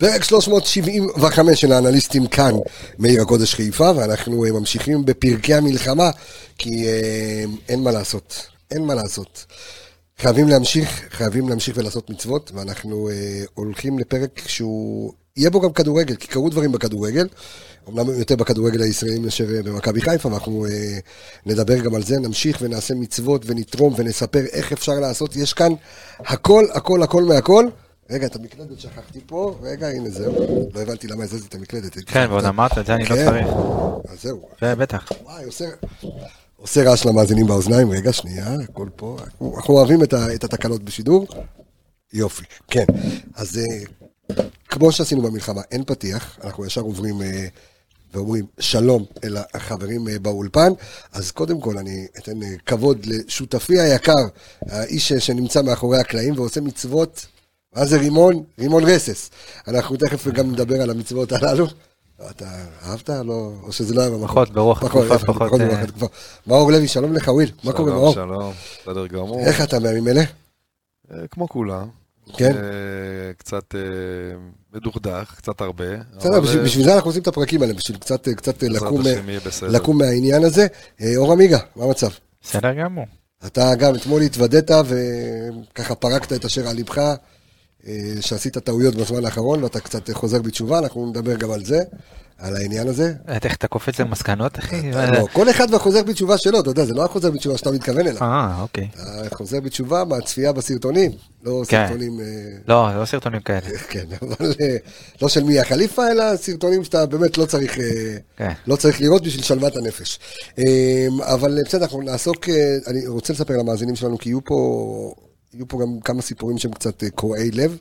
פרק 375 של האנליסטים כאן, מעיר הקודש חיפה, ואנחנו ממשיכים בפרקי המלחמה, כי אין מה לעשות. חייבים להמשיך ולעשות מצוות, ואנחנו הולכים לפרק שהוא יהיה בו גם כדורגל, כי קרו דברים בכדורגל, אומנם יותר בכדורגל הישראלי מאשר במכבי חיפה, ואנחנו נדבר גם על זה, נמשיך ונעשה מצוות ונתרום ונספר איך אפשר לעשות, יש כאן הכל מהכל. רגע, את המקלדת שכחתי פה, רגע, הנה זהו, לא הבנתי למה הזזתי את המקלדת. כן, ועוד אמרת את זה, אני לא צריך. אז זהו. בטח. וואי, עושה רעש למאזינים באוזניים, רגע, שנייה, הכל פה, אנחנו אוהבים את התקלות בשידור, יופי, כן, אז כמו שעשינו במלחמה, אין פתיח, אנחנו ישר עוברים ואומרים שלום אל החברים באולפן, אז קודם כל אני אתן כבוד לשותפי היקר, האיש שנמצא מאחורי הקלעים ועושה מצוות, מה זה רימון רסס, אנחנו תכף גם נדבר על המצוות הללו, אתה אהבת? לא, או שזה לא היה במקום? פחות, ברוח התקופה, פחות. מאור לוי, שלום לך, וויל, מה קורה מאור? שלום, בסדר גמור. איך אתה מהימים אלה? כמו כולם. כן? קצת מדוכדך, קצת הרבה. בסדר, בשביל זה אנחנו עושים את הפרקים האלה, בשביל קצת לקום מהעניין הזה. אור עמיגה, מה המצב? בסדר גמור. אתה גם אתמול התוודעת וככה פרקת את אשר על לבך, שעשית טעויות בזמן האחרון, ואתה קצת חוזר בתשובה, אנחנו נדבר גם על זה, על העניין הזה. איך אתה קופץ למסקנות, אחי? לא, כל אחד והחוזר בתשובה שלו, אתה יודע, זה לא החוזר בתשובה שאתה מתכוון אליו. אוקיי. אתה חוזר בתשובה מהצפייה בסרטונים, לא סרטונים... לא סרטונים כאלה. כן, אבל לא של מי החליפה, אלא סרטונים שאתה באמת לא צריך לראות בשביל שלוות הנפש. אבל בסדר, אנחנו נעסוק, אני רוצה לספר למאזינים שלנו, כי יהיו פה גם כמה סיפורים שהם קצת קורעי לב,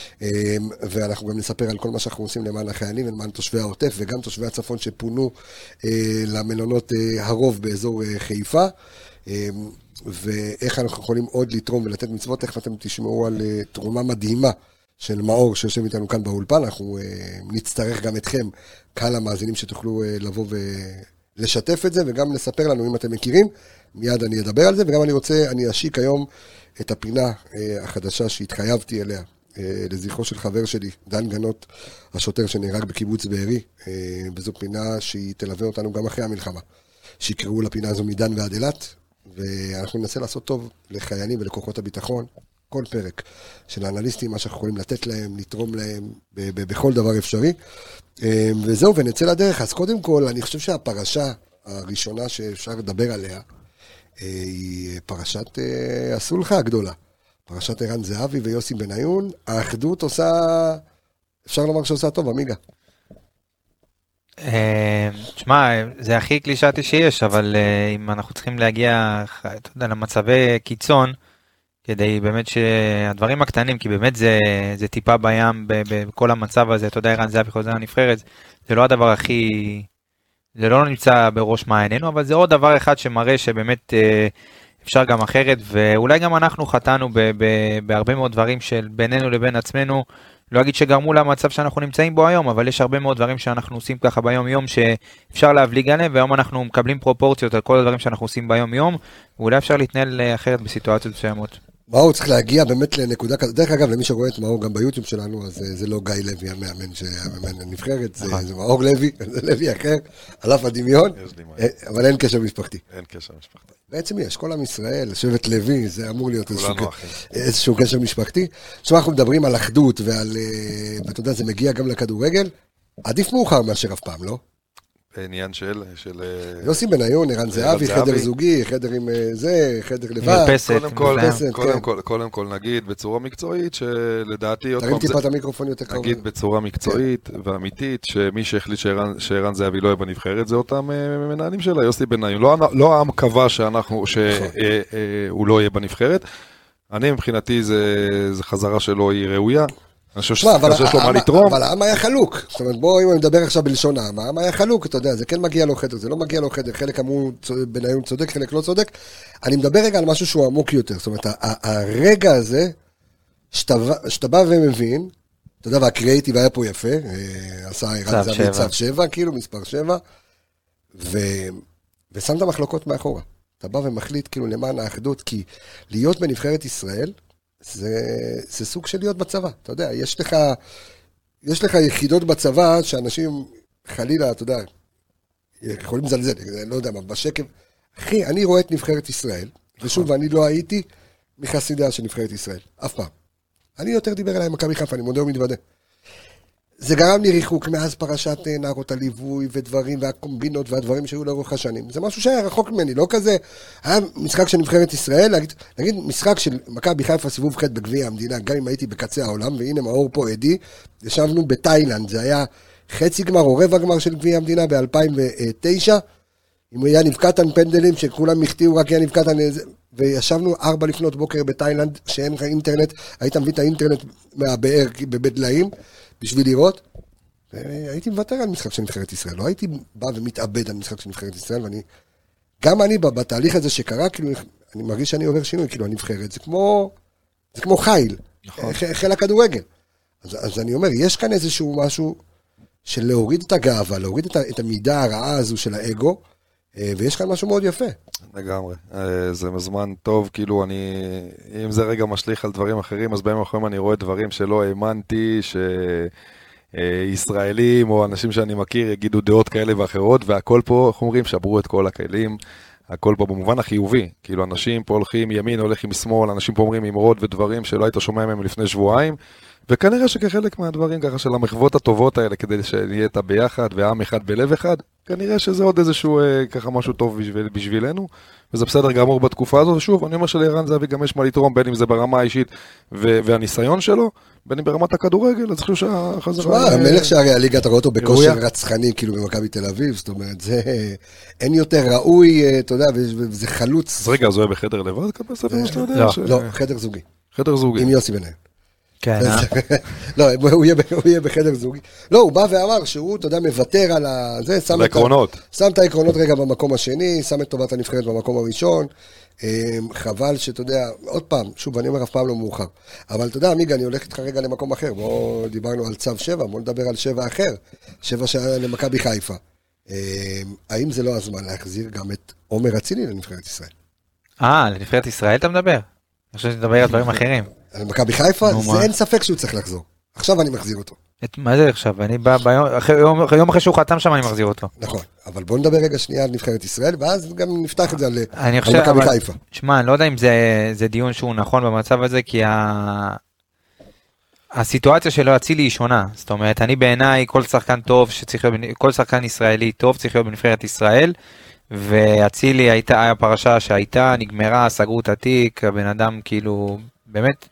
ואנחנו גם נספר על כל מה שאנחנו עושים למען החיילים, למען תושבי העוטף, וגם תושבי הצפון שפונו למלונות הרוב באזור חיפה, ואיך אנחנו יכולים עוד לתרום ולתת מצוות, איך אתם תשמעו על תרומה מדהימה של מאור שיושב איתנו כאן באולפן, אנחנו נצטרך גם אתכם, קהל המאזינים שתוכלו לבוא ולשתף את זה, וגם לספר לנו אם אתם מכירים, מיד אני אדבר על זה, וגם אני אשיק היום את הפינה החדשה שהתחייבתי אליה, לזכרו של חבר שלי, דן גנות, השוטר שנהרג בקיבוץ בארי, וזו פינה שהיא תלווה אותנו גם אחרי המלחמה, שיקראו לפינה הזו מדן ועד אילת, ואנחנו ננסה לעשות טוב לחיילים ולכוחות הביטחון, כל פרק של האנליסטים, מה שאנחנו יכולים לתת להם, לתרום להם בכל דבר אפשרי, וזהו, ונצא לדרך. אז קודם כל, אני חושב שהפרשה הראשונה שאפשר לדבר עליה, היא פרשת הסולחה הגדולה, פרשת ערן זהבי ויוסי בניון, האחדות עושה, אפשר לומר שעושה טוב, עמיגה. תשמע, זה הכי קלישאתי שיש, אבל אם אנחנו צריכים להגיע, אתה יודע, למצבי קיצון, כדי באמת שהדברים הקטנים, כי באמת זה טיפה בים בכל המצב הזה, אתה יודע, ערן זהבי חוזר לנבחרת, זה לא הדבר הכי... זה לא נמצא בראש מעיינינו, אבל זה עוד דבר אחד שמראה שבאמת אפשר גם אחרת, ואולי גם אנחנו חטאנו בהרבה מאוד דברים של בינינו לבין עצמנו, לא אגיד שגרמו למצב שאנחנו נמצאים בו היום, אבל יש הרבה מאוד דברים שאנחנו עושים ככה ביום יום, שאפשר להבליג עליהם, והיום אנחנו מקבלים פרופורציות על כל הדברים שאנחנו עושים ביום יום, ואולי אפשר להתנהל אחרת בסיטואציות מסוימות. מאור צריך להגיע באמת לנקודה כזאת, דרך אגב, למי שרואה את מאור גם ביוטיוב שלנו, אז זה לא גיא לוי המאמן שהמאמן הנבחרת, זה מאור לוי, זה לוי אחר, על אף הדמיון, אבל אין קשר משפחתי. אין קשר משפחתי. בעצם יש, כל עם ישראל, שבט לוי, זה אמור להיות איזשהו קשר משפחתי. עכשיו אנחנו מדברים על אחדות, ואתה יודע, זה מגיע גם לכדורגל, עדיף מאוחר מאשר אף פעם, לא? עניין של... יוסי בניון, ערן זהבי, חדר זוגי, חדר עם זה, חדר לבד. קודם כל נגיד בצורה מקצועית, שלדעתי... תרים טיפה את המיקרופון יותר קרוב. נגיד בצורה מקצועית ואמיתית, שמי שהחליט שערן זהבי לא יהיה בנבחרת, זה אותם מנהלים שלה, יוסי בניון. לא העם קבע שהוא לא יהיה בנבחרת. אני מבחינתי, זה חזרה שלו היא ראויה. אני חושב שיש לו מה לתרום. אבל העם היה חלוק. זאת אומרת, בואו, אם אני מדבר עכשיו בלשון העם היה חלוק, אתה יודע, זה כן מגיע לו חדר, זה לא מגיע לו חדר, חלק אמרו בניון צודק, חלק לא צודק. אני מדבר רגע על משהו שהוא עמוק יותר. זאת אומרת, הרגע הזה, שאתה בא ומבין, אתה יודע, והקריאיטיב היה פה יפה, עשה ערן זהבי צו 7, כאילו, מספר 7, ושם את המחלוקות מאחורה. אתה בא ומחליט, כאילו, למען האחדות, כי להיות בנבחרת ישראל, זה סוג של להיות בצבא, אתה יודע, יש לך יש לך יחידות בצבא שאנשים חלילה, אתה יודע, יכולים לזלזל, לא יודע מה, בשקף. אחי, אני רואה את נבחרת ישראל, ושוב, אני לא הייתי מחסידיה של נבחרת ישראל, אף פעם. אני יותר דיבר עליי מכבי חיפה, אני מודה ומתוודה. זה גרם לי ריחוק מאז פרשת נערות הליווי ודברים והקומבינות והדברים שהיו לאורך השנים. זה משהו שהיה רחוק ממני, לא כזה. היה משחק של נבחרת ישראל, נגיד משחק של מכבי חיפה סיבוב ח' בגביע המדינה, גם אם הייתי בקצה העולם, והנה מאור פה עדי, ישבנו בתאילנד, זה היה חצי גמר או רבע גמר של גביע המדינה ב-2009, אם היה נבקתן פנדלים שכולם החטיאו רק היה נבקתן, וישבנו 4 לפנות בוקר בתאילנד, שאין לך אינטרנט, היית מביא את האינטרנט מהבאר בבית דליים, בשביל לראות, הייתי מוותר על משחק של נבחרת ישראל, לא הייתי בא ומתאבד על משחק של נבחרת ישראל, גם אני בתהליך הזה שקרה, כאילו, אני מרגיש שאני עובר שינוי, כאילו, הנבחרת, זה כמו חיל, חיל הכדורגל. אז אני אומר, יש כאן איזשהו משהו של להוריד את הגאווה, להוריד את המידה הרעה הזו של האגו, ויש כאן משהו מאוד יפה. לגמרי, זה מזמן טוב, כאילו אם זה רגע משליך על דברים אחרים, אז בימים האחרונים אני רואה דברים שלא האמנתי, שישראלים או אנשים שאני מכיר יגידו דעות כאלה ואחרות, והכל פה, איך אומרים, שברו את כל הכלים, הכל פה במובן החיובי, כאילו אנשים פה הולכים ימין, הולכים משמאל, אנשים פה אומרים אמרות ודברים שלא היית שומע מהם לפני שבועיים, וכנראה שכחלק מהדברים ככה של המחוות הטובות האלה, כדי שנהיה את הביחד ועם אחד בלב אחד, כנראה שזה עוד איזשהו ככה משהו טוב בשבילנו, וזה בסדר גמור בתקופה הזאת. שוב, אני אומר שלערן זהבי גם יש מה לתרום, בין אם זה ברמה האישית והניסיון שלו, בין אם ברמת הכדורגל, אז חושב שהחזרה... המלך שערי הליגה, אתה רואה אותו בכושר רצחני, כאילו במכבי תל אביב, זאת אומרת, זה אין יותר ראוי, אתה יודע, וזה חלוץ. אז רגע, אז הוא יהיה בחדר לבד כפה ספר, שאתה יודע? לא, חדר זוגי. חדר זוגי. עם יוסי ביניהם. כן, לא, הוא יהיה בחדר זוגי. לא, הוא בא ואמר שהוא, אתה יודע, מוותר על זה, על העקרונות. שם את העקרונות רגע במקום השני, שם את טובת הנבחרת במקום הראשון, חבל שאתה יודע, עוד פעם, שוב, אני אומר אף פעם לא מאוחר, אבל אתה יודע, עמיגה, אני הולך איתך רגע למקום אחר, בואו דיברנו על צו 7, בואו נדבר על 7 אחר, 7 שהיה למכבי חיפה. האם זה לא הזמן להחזיר גם את עומר אצילי לנבחרת ישראל? לנבחרת ישראל אתה מדבר? אני חושב שתדבר על דברים אחרים. על מכבי חיפה, זה אין ספק שהוא צריך לחזור. עכשיו אני מחזיר אותו. מה זה עכשיו? אני בא יום אחרי שהוא חתם שם אני מחזיר אותו. נכון, אבל בוא נדבר רגע שנייה על נבחרת ישראל, ואז גם נפתח את זה על מכבי חיפה. שמע, אני לא יודע אם זה דיון שהוא נכון במצב הזה, כי הסיטואציה שלו אצילי היא שונה. זאת אומרת, אני בעיניי כל שחקן טוב, כל שחקן ישראלי טוב צריך להיות בנבחרת ישראל, ואצילי היה פרשה שהייתה, נגמרה, סגרו את התיק, הבן אדם כאילו, באמת,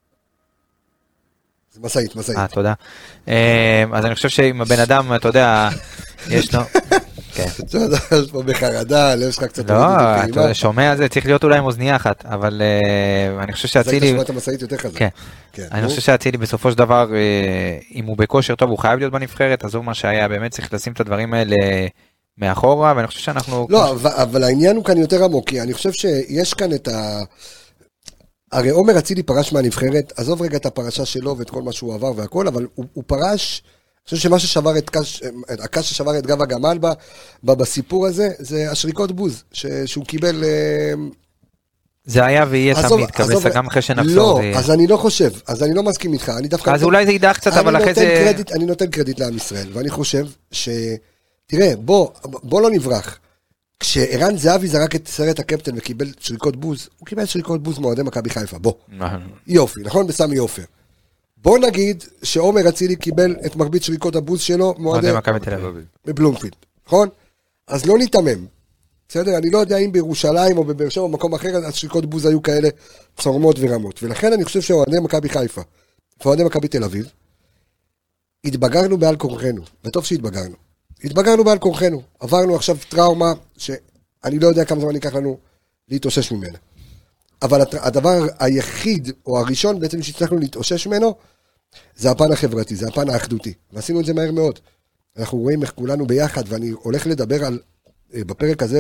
זה מסעית. תודה. אז אני חושב שאם הבן אדם, אתה יודע, יש לו... כן. אתה יודע, יש פה בחרדה, הלב שלך קצת... לא, אתה שומע זה, צריך להיות אולי עם אוזנייה אחת, אבל אני חושב שאצילי... זה היית שומעת המסעית יותר חזק. כן. אני חושב שאצילי בסופו של דבר, אם הוא בכושר טוב, הוא חייב להיות בנבחרת, עזוב מה שהיה, באמת צריך לשים את הדברים האלה מאחורה, ואני חושב שאנחנו... לא, אבל העניין הוא כאן יותר עמוק, כי אני חושב שיש כאן את ה... הרי עומר אצילי פרש מהנבחרת, עזוב רגע את הפרשה שלו ואת כל מה שהוא עבר והכל, אבל הוא פרש, אני חושב שמה ששבר הקש ששבר את גב הגמל בסיפור הזה, זה השריקות בוז, שהוא קיבל... זה היה ויהיה תמיד, כבסה, גם אחרי שנחזור. לא, אז אני לא חושב, אז אני לא מסכים איתך, אז אולי זה ידע קצת, אבל אחרי זה... אני נותן קרדיט לעם ישראל, ואני חושב תראה, בוא לא נברח. כשערן זהבי זרק את סרט הקפטן וקיבל שריקות בוז, הוא קיבל שריקות בוז מאוהדי מכבי חיפה, בוא. יופי, נכון? בסמי עופר. בוא נגיד שעומר אצילי קיבל את מרבית שריקות הבוז שלו מאוהדי מכבי תל אביב. בבלומפילד, נכון? אז לא ניתמם. בסדר? אני לא יודע אם בירושלים או בבאר שבע או במקום אחר, אז שריקות בוז היו כאלה צורמות ורמות. ולכן אני חושב שאוהדי מכבי חיפה ואוהדי מכבי תל אביב, התבגרנו בעל כורחנו, וטוב שהתבגרנו. התבגרנו בעל כורחנו, עברנו עכשיו טראומה שאני לא יודע כמה זמן ייקח לנו להתאושש ממנה. אבל הדבר היחיד או הראשון בעצם שהצלחנו להתאושש ממנו, זה הפן החברתי, זה הפן האחדותי. ועשינו את זה מהר מאוד. אנחנו רואים איך כולנו ביחד, ואני הולך לדבר על, בפרק הזה,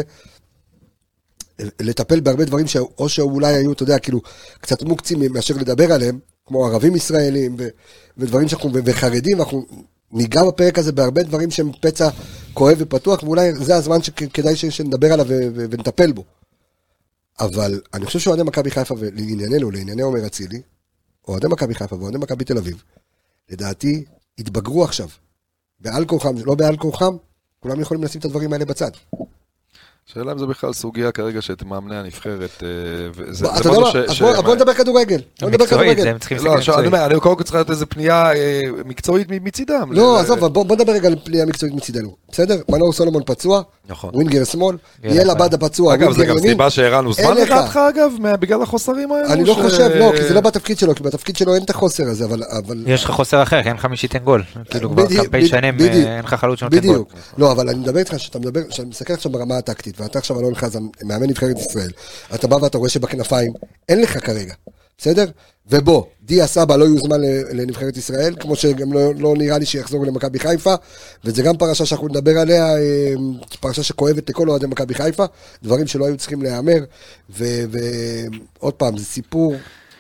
לטפל בהרבה דברים או שאולי היו, אתה יודע, כאילו, קצת מוקצים מאשר לדבר עליהם, כמו ערבים ישראלים ודברים שאנחנו, וחרדים, אנחנו ניגע בפרק הזה בהרבה דברים שהם פצע כואב ופתוח, ואולי זה הזמן שכדאי שנדבר עליו ונטפל בו. אבל אני חושב שאוהדי מכבי חיפה, ולענייננו, לענייני עומר אצילי, אוהדי מכבי חיפה ואוהדי מכבי תל אביב, לדעתי, התבגרו עכשיו. בעל כורחם, לא בעל כורחם, כולם יכולים לשים את הדברים האלה בצד. שאלה אם זה בכלל סוגיה כרגע שאת מאמני הנבחרת, אתה יודע מה, בוא נדבר כדורגל. מקצועית, הם צריכים לא, אני אומר, אני קודם כל צריך להיות איזה פנייה מקצועית מצידם. לא, עזוב, בוא נדבר רגע על פנייה מקצועית מצידנו. בסדר? מנור סולומון פצוע, ווינגר שמאל, יהיה לבד הפצוע, אגב, זה גם סיבה שערן הוא זמן לדעתך, אגב, בגלל החוסרים האלו? אני לא חושב, לא, כי זה לא בתפקיד שלו, כי בתפקיד שלו אין את החוסר הזה, אבל... יש לך חוסר אחר, אין לך מי שייתן גול. כאילו כבר קמפיין שנים, אין לך חלוץ שנותן גול. בדיוק. לא, אבל אני מדבר איתך, שאתה מסתכל עכשיו ברמה הטקטית, ואתה עכשיו אלון חזן, מאמן נבחרת ישראל, אתה בא ואתה רואה שבכנפיים, אין לך כרגע, בסדר? ובוא, דיה סבא לא יוזמן לנבחרת ישראל, כמו שגם לא נראה לי שיחזור למכבי חיפה, וזה גם פרשה שאנחנו נדבר עליה, פרשה שכואבת לכל אוהדי מכבי חיפה, דברים שלא היו צריכים להיאמר, ועוד פעם, זה סיפור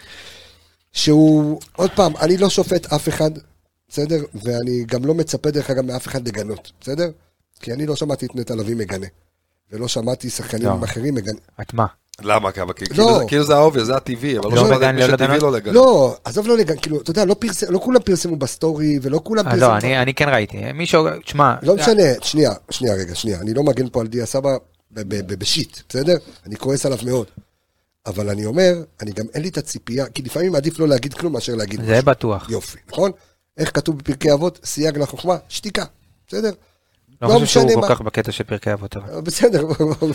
שהוא, עוד פעם, אני לא שופט אף אחד, בסדר? ואני גם לא מצפה דרך אגב מאף אחד לגנות, בסדר? כי אני לא שמעתי את נטע לביא מגנה, ולא שמעתי שחקנים אחרים מגנה. את מה? למה? כאילו זה האוביה, זה הטבעי, אבל לא שמעתי שטבעי לא לגן. לא, עזוב לא לגן, כאילו, אתה יודע, לא כולם פרסמו בסטורי, ולא כולם פרסמו... לא, אני כן ראיתי. מישהו, תשמע... לא משנה, שנייה, אני לא מגן פה על דיה סבא בשיט, בסדר? אני כועס עליו מאוד. אבל אני אומר, אני גם אין לי את הציפייה, כי לפעמים עדיף לא להגיד כלום מאשר להגיד משהו. זה בטוח. יופי, נכון? איך כתוב בפרקי אבות? סייג לחוכמה, שתיקה, בסדר? לא חושב שהוא כל כך בקטע של פרקי אבות. בסדר,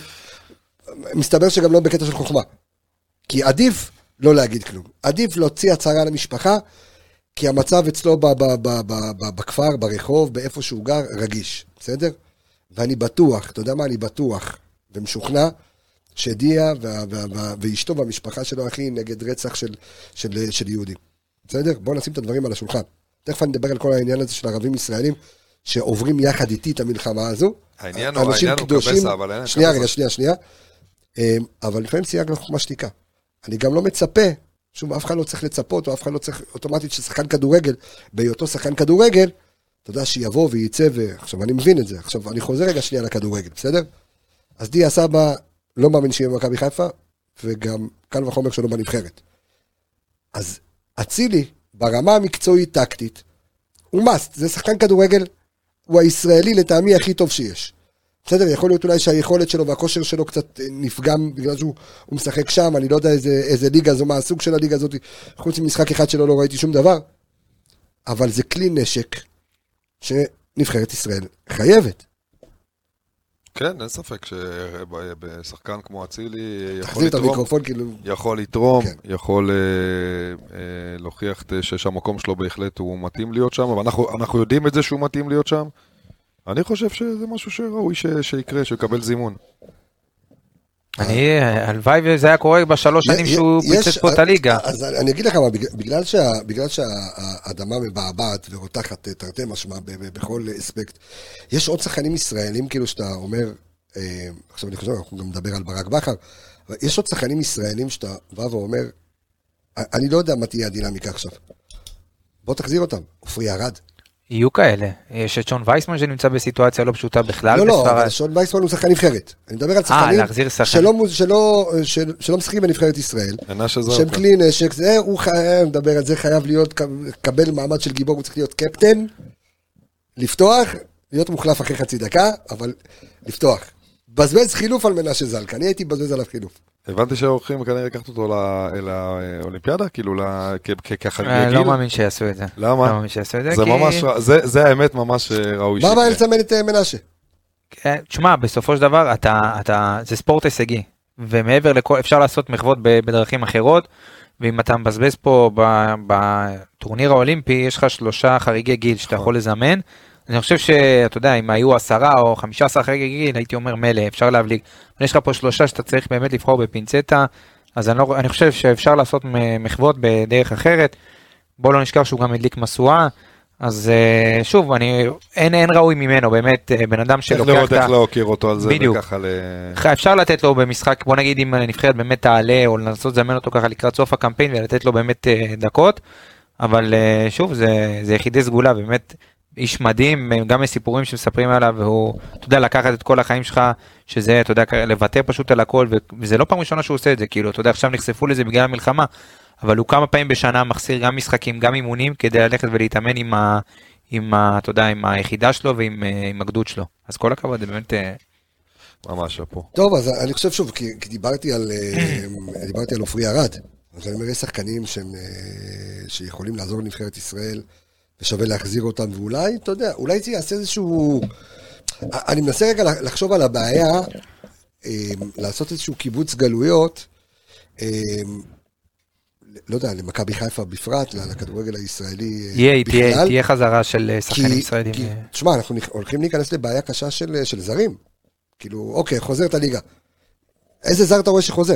מסתבר שגם לא בקטע של חוכמה. כי עדיף לא להגיד כלום. עדיף להוציא הצהרה למשפחה, כי המצב אצלו בכפר, ברחוב, באיפה שהוא גר, רגיש. בסדר? ואני בטוח, אתה יודע מה? אני בטוח ומשוכנע שדיה ואשתו והמשפחה שלו הכי נגד רצח של יהודים. בסדר? בואו נשים את הדברים על השולחן. תכף אני מדבר על כל העניין הזה של ערבים ישראלים, שעוברים יחד איתי את המלחמה הזו. העניין הוא קבסה, אבל אין... שנייה. אבל לפעמים סייג לחוכמה שתיקה. אני גם לא מצפה, שוב, אף אחד לא צריך לצפות, או אף אחד לא צריך אוטומטית ששחקן כדורגל, בהיותו שחקן כדורגל, אתה יודע שיבוא וייצא, עכשיו אני מבין את זה, עכשיו אני חוזר רגע שנייה לכדורגל, בסדר? אז דיה סבא לא מאמין שיהיה במכבי חיפה, וגם קל וחומר שלו בנבחרת. אז אצילי, ברמה המקצועית טקטית, הוא מאסט, זה שחקן כדורגל, הוא הישראלי לטעמי הכי טוב שיש. בסדר, יכול להיות אולי שהיכולת שלו והכושר שלו קצת נפגם בגלל שהוא משחק שם, אני לא יודע איזה ליגה זו, מה הסוג של הליגה הזאת, חוץ ממשחק אחד שלו לא ראיתי שום דבר, אבל זה כלי נשק שנבחרת ישראל חייבת. כן, אין ספק שבשחקן כמו אצילי יכול לתרום, יכול להוכיח שהמקום שלו בהחלט הוא מתאים להיות שם, ואנחנו יודעים את זה שהוא מתאים להיות שם. אני חושב שזה משהו שראוי שיקרה, שיקבל זימון. הלוואי וזה היה קורה בשלוש שנים שהוא פיצץ פה את הליגה. אז אני אגיד לך מה, בגלל שהאדמה מבעבעת ורותחת תרתי משמע בכל אספקט, יש עוד שחקנים ישראלים כאילו שאתה אומר, עכשיו אני חושב, אנחנו גם נדבר על ברק בכר, אבל יש עוד שחקנים ישראלים שאתה בא ואומר, אני לא יודע מה תהיה הדינמיקה עכשיו. בוא תחזיר אותם, אופרי ירד. יהיו כאלה. יש את שון וייסמן שנמצא בסיטואציה לא פשוטה בכלל. לא, אבל שון וייסמן הוא שחקן נבחרת. אני מדבר על שחקנים שלא משחקים בנבחרת ישראל. שהם כלי נשק, הוא מדבר על זה, חייב להיות, קבל מעמד של גיבור, הוא צריך להיות קפטן, לפתוח, להיות מוחלף אחרי חצי דקה, אבל לפתוח. בזבז חילוף על מנשה זלקה, אני הייתי בזבז עליו חילוף. הבנתי שהאורחים כנראה לקחת אותו אל האולימפיאדה, כאילו כחגיגי. לא מאמין שיעשו את זה. למה? לא מאמין שיעשו את זה. זה האמת ממש ראוי. מה הבעיה לצמן את מנשה? תשמע, בסופו של דבר, זה ספורט הישגי, ומעבר לכל, אפשר לעשות מחוות בדרכים אחרות, ואם אתה מבזבז פה בטורניר האולימפי, יש לך 3 חריגי גיל שאתה יכול לזמן, אני חושב שאתה יודע, אם היו 10 או 15 חריגי גיל, הייתי אומר מלא, אפשר להבליג. אבל יש לך פה 3 שאתה צריך באמת לבחור בפינצטה, אז אני חושב שאפשר לעשות מחוות בדרך אחרת. בוא לא נשכח שהוא גם הדליק מסועה, אז שוב, אין ראוי ממנו, באמת, בן אדם שלוקח את איך להוקיר אותו על זה, בדיוק. אפשר לתת לו במשחק, בוא נגיד אם הנבחרת באמת תעלה, או לנסות לזמן אותו ככה לקראת סוף הקמפיין, ולתת לו באמת דקות, אבל שוב, זה יחידי סגולה, באמת, איש מדהים, גם מסיפורים שמספרים עליו, והוא, אתה יודע, לקחת את כל החיים שלך, שזה, אתה יודע, לוותר פשוט על הכל, וזה לא פעם ראשונה שהוא עושה את זה, כאילו, אתה יודע, עכשיו נחשפו לזה בגלל המלחמה, אבל הוא כמה פעמים בשנה מחסיר גם משחקים, גם אימונים, כדי ללכת ולהתאמן אתה יודע, עם היחידה שלו ועם הגדוד שלו. אז כל הכבוד, זה באמת... ממש פה. טוב, אז אני חושב שוב, כי דיברתי על עופרי ארד, אז אני אומר, יש שחקנים שיכולים לעזור לנבחרת ישראל, ושווה להחזיר אותם, ואולי, אתה יודע, אולי זה יעשה איזשהו... אני מנסה רגע לחשוב על הבעיה, לעשות איזשהו קיבוץ גלויות, לא יודע, למכבי חיפה בפרט, לכדורגל הישראלי בכלל. תהיה חזרה של שחקנים ישראלים. תשמע, אנחנו הולכים להיכנס לבעיה קשה של זרים. כאילו, אוקיי, חוזר את הליגה. איזה זר אתה רואה שחוזר?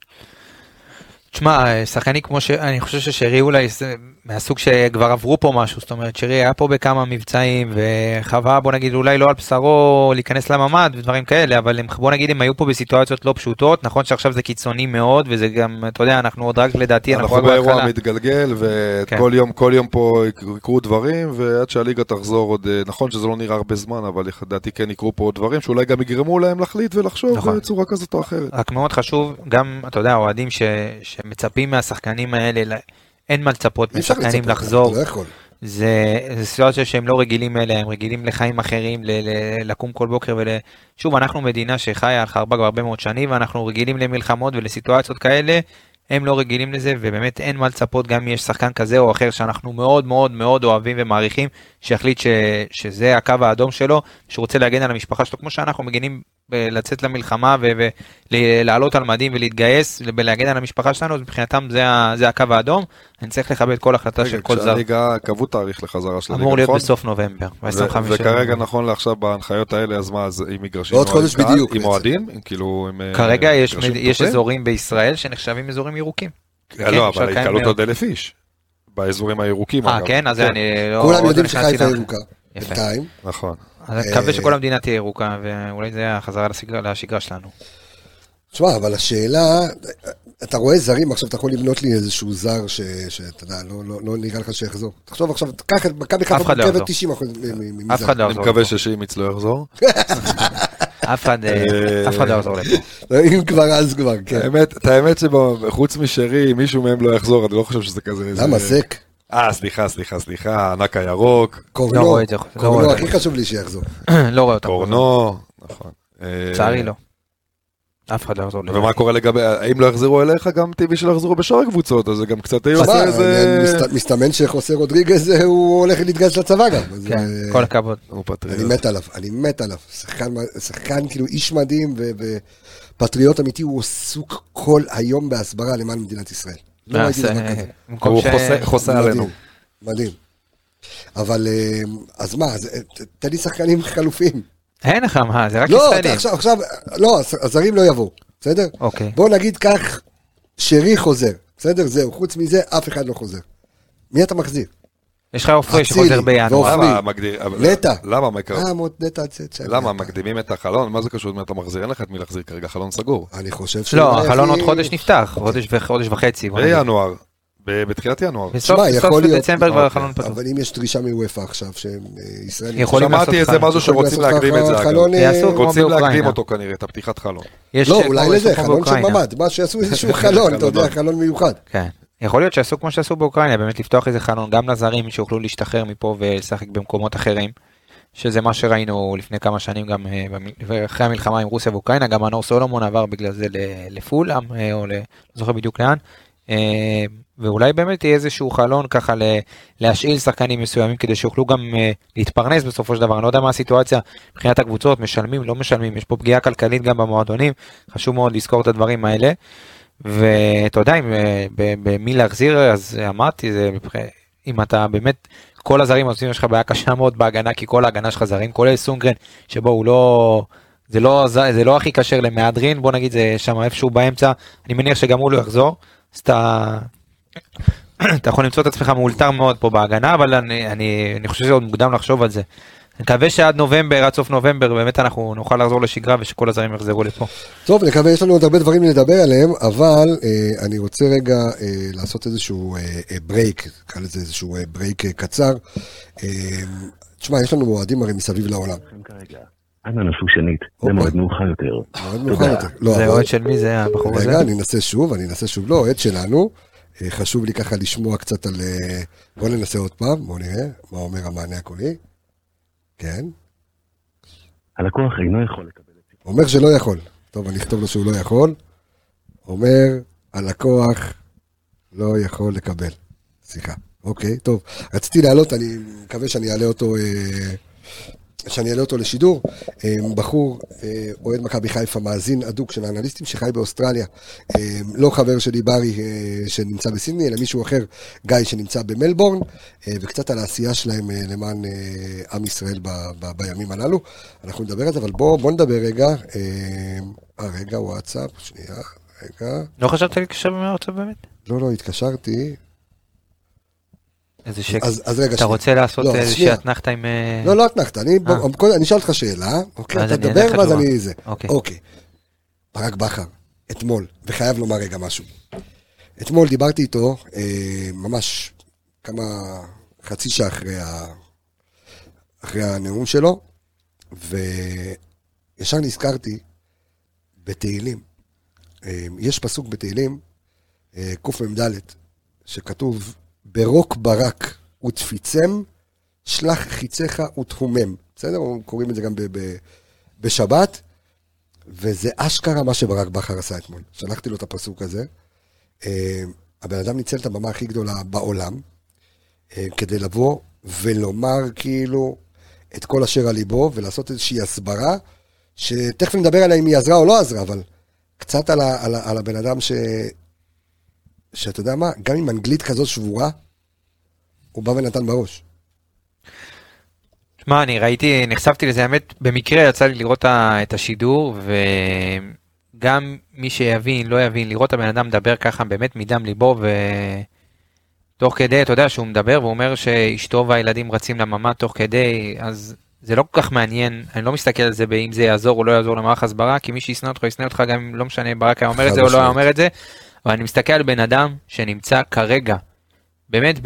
תשמע, שחקני כמו אני חושב ששרי אולי מהסוג שכבר עברו פה משהו, זאת אומרת, שרי היה פה בכמה מבצעים, וחווה, בוא נגיד, אולי לא על בשרו להיכנס לממד ודברים כאלה, אבל בוא נגיד, הם היו פה בסיטואציות לא פשוטות, נכון שעכשיו זה קיצוני מאוד, וזה גם, אתה יודע, אנחנו עוד רק לדעתי, אנחנו באירוע מתגלגל, וכל יום פה יקרו דברים, ועד שהליגה תחזור עוד, נכון שזה לא נראה הרבה זמן, אבל לדעתי כן יקרו פה עוד דברים, שאולי גם יגרמו להם להחליט ולחשוב בצורה כזאת או אחרת. רק מאוד חשוב, גם, אתה יודע, אוהדים מצפים מהשחקנים האלה, אין מה לצפות משחקנים לחזור. זה סיטואציה שהם לא רגילים אליה, הם רגילים לחיים אחרים, לקום כל בוקר שוב, אנחנו מדינה שחיה על חרבה כבר הרבה מאוד שנים, ואנחנו רגילים למלחמות ולסיטואציות כאלה, הם לא רגילים לזה, ובאמת אין מה לצפות גם אם יש שחקן כזה או אחר שאנחנו מאוד מאוד מאוד אוהבים ומעריכים, שיחליט שזה הקו האדום שלו, שרוצה להגן על המשפחה שלו, כמו שאנחנו מגנים לצאת למלחמה ולעלות על מדים ולהתגייס ולהגן על המשפחה שלנו, מבחינתם זה הקו האדום. אני צריך לכבד כל החלטה של כל זר. כשהליגה קבעו תאריך לחזרה של הליגה, אמור להיות בסוף נובמבר, וכרגע נכון לעכשיו בהנחיות האלה, אז מה, עם מגרשים עם אוהדים? כרגע יש אזורים בישראל שנחשבים אזורים ירוקים. לא, אבל התקהלות עוד 1,000 איש באזורים הירוקים. כן, אז אני לא... כולם יודעים שחיפה ירוקה. בינתיים. נכון. אז אני מקווה שכל המדינה תהיה ירוקה, ואולי זה יהיה החזרה לשגרה שלנו. תשמע, אבל השאלה, אתה רואה זרים, עכשיו אתה יכול לבנות לי איזשהו זר שאתה יודע, לא נראה לך שיחזור. תחשוב עכשיו, קח את מכבי חיפה מורכבת 90% מזר. אף אחד לא יחזור. אני מקווה ששימיץ לא יחזור. אף אחד לא יחזור לפה. אם כבר אז כבר, כן. האמת שחוץ משרי, מישהו מהם לא יחזור, אני לא חושב שזה כזה... למה זק? סליחה, ענק הירוק. קורנו, הכי חשוב לי שיחזור. לא רואה אותם. קורנו, נכון. צערי לא. אף אחד לא יחזור. ומה קורה לגבי, האם לא יחזרו אליך, גם טבעי שלא יחזרו בשאר הקבוצות, אז זה גם קצת יוצא איזה... מסתמן שחוסה רודריגז, הוא הולך להתגייס לצבא גם. כן, כל הכבוד. אני מת עליו. שחקן כאילו איש מדהים ופטריוט אמיתי, הוא עסוק כל היום בהסברה למען מדינת ישראל. לא ראיתי דבר כזה. הוא חוסה עלינו. מדהים. אבל, אז מה, תן לי שחקנים חלופים. אין לך מה, זה רק ישראלים. עכשיו, לא, הזרים לא יבואו, בסדר? אוקיי. בוא נגיד כך, שרי חוזר, בסדר? זהו, חוץ מזה, אף אחד לא חוזר. מי אתה מחזיר? יש לך עופרי שחוזר בינואר. נטע. למה מקדימים את החלון? מה זה קשור? אם אתה מחזיר? אין לך את מי להחזיר כרגע, חלון סגור. אני חושב לא, החלון עוד חודש נפתח, חודש וחצי. בינואר. בתחילת ינואר. בסוף דצמבר כבר החלון פתוח. אבל אם יש דרישה מאופה עכשיו, שישראל... שמעתי איזה משהו שרוצים להקדים את זה, רוצים להקדים אותו כנראה, את הפתיחת חלון. לא, אולי לזה, חלון של ממד, מה שיעשו איזשהו חלון, אתה יודע, חלון מיוחד. כן. יכול להיות שעשו כמו שעשו באוקראינה, באמת לפתוח איזה חלון, גם לזרים שיוכלו להשתחרר מפה ולשחק במקומות אחרים, שזה מה שראינו לפני כמה שנים, גם אחרי המלחמה עם רוסיה ואוקראינה, גם מנור סולומון עבר בגלל זה לפולאם, או לא זוכר בדיוק לאן, ואולי באמת יהיה איזשהו חלון ככה להשאיל שחקנים מסוימים, כדי שיוכלו גם להתפרנס בסופו של דבר. אני לא יודע מה הסיטואציה מבחינת הקבוצות, משלמים, לא משלמים, יש פה פגיעה כלכלית גם במועדונים, חשוב מאוד לזכור את הדברים האלה. ואתה יודע, במי להחזיר, אז אמרתי, אם אתה באמת, כל הזרים עושים, יש לך בעיה קשה מאוד בהגנה, כי כל ההגנה שלך זרים, כולל סונגרן, שבו הוא לא, זה לא הכי קשר למהדרין, בוא נגיד, זה שם איפשהו באמצע, אני מניח שגם הוא לא יחזור, אז אתה יכול למצוא את עצמך מאולתר מאוד פה בהגנה, אבל אני חושב שזה עוד מוקדם לחשוב על זה. אני מקווה שעד נובמבר, עד סוף נובמבר, באמת אנחנו נוכל לחזור לשגרה ושכל הזרים יחזרו לפה. טוב, נקווה, יש לנו עוד הרבה דברים לדבר עליהם, אבל אני רוצה רגע לעשות איזשהו ברייק, נקרא לזה איזשהו ברייק קצר. תשמע, יש לנו מועדים הרי מסביב לעולם. אנא נסו שנית, זה מועד מאוחר יותר. מועד מאוחר יותר. זה אוהד של מי זה הבחור הזה? רגע, אני אנסה שוב, לא, אוהד שלנו. חשוב לי ככה לשמוע קצת על... בוא ננסה עוד פעם, בוא נראה מה אומר המענה הקולי. כן. הלקוח אינו יכול לקבל את זה. אומר שלא יכול. טוב, אני אכתוב לו שהוא לא יכול. אומר, הלקוח לא יכול לקבל. שיחה. אוקיי, טוב. רציתי להעלות, אני מקווה שאני אעלה אותו לשידור. בחור, אוהד מכבי חיפה, מאזין אדוק של האנליסטים שחי באוסטרליה. לא חבר שלי ברי שנמצא בסידני, אלא מישהו אחר, גיא, שנמצא במלבורן, וקצת על העשייה שלהם למען עם ישראל בימים הללו. אנחנו נדבר על זה, אבל בוא נדבר רגע. רגע, וואטסאפ, שנייה, רגע. לא חשבת להתקשר במערצה באמת? לא, התקשרתי. איזה שקט. אז רגע, אתה רוצה לעשות איזושהי אתנחתה עם... לא אתנחתה, אני אשאל אותך שאלה, אוקיי, אתה תדבר ואז אני זה. אוקיי. ברק בכר, אתמול, וחייב לומר רגע משהו. אתמול דיברתי איתו, ממש חצי שעה אחרי הנאום שלו, וישר נזכרתי בתהילים. יש פסוק בתהילים, קמ"ד, שכתוב, ברוק ברק ותפיצם, שלח חיציך ותחומם. בסדר? קוראים את זה גם בשבת, וזה אשכרה מה שברק בכר עשה אתמול. שלחתי לו את הפסוק הזה. הבן אדם ניצל את הבמה הכי גדולה בעולם, כדי לבוא ולומר כאילו את כל אשר על ליבו, ולעשות איזושהי הסברה, שתכף נדבר עליה אם היא עזרה או לא עזרה, אבל קצת על הבן אדם שאתה יודע מה, גם עם אנגלית כזאת שבורה, הוא בא ונתן בראש. מה, נחשפתי לזה, האמת, במקרה יצא לי לראות את השידור, וגם מי שיבין, לא יבין, לראות הבן אדם מדבר ככה באמת מדם ליבו, ותוך כדי, אתה יודע שהוא מדבר, והוא אומר שאשתו והילדים רצים לממ"ד תוך כדי, אז זה לא כל כך מעניין, אני לא מסתכל על זה באם זה יעזור או לא יעזור למערך הסברה, כי מי שישנא אותך, ישנא אותך גם אם לא משנה, ברק היה אומר את זה או לא היה אומר את זה, אבל אני מסתכל על בן אדם שנמצא כרגע, באמת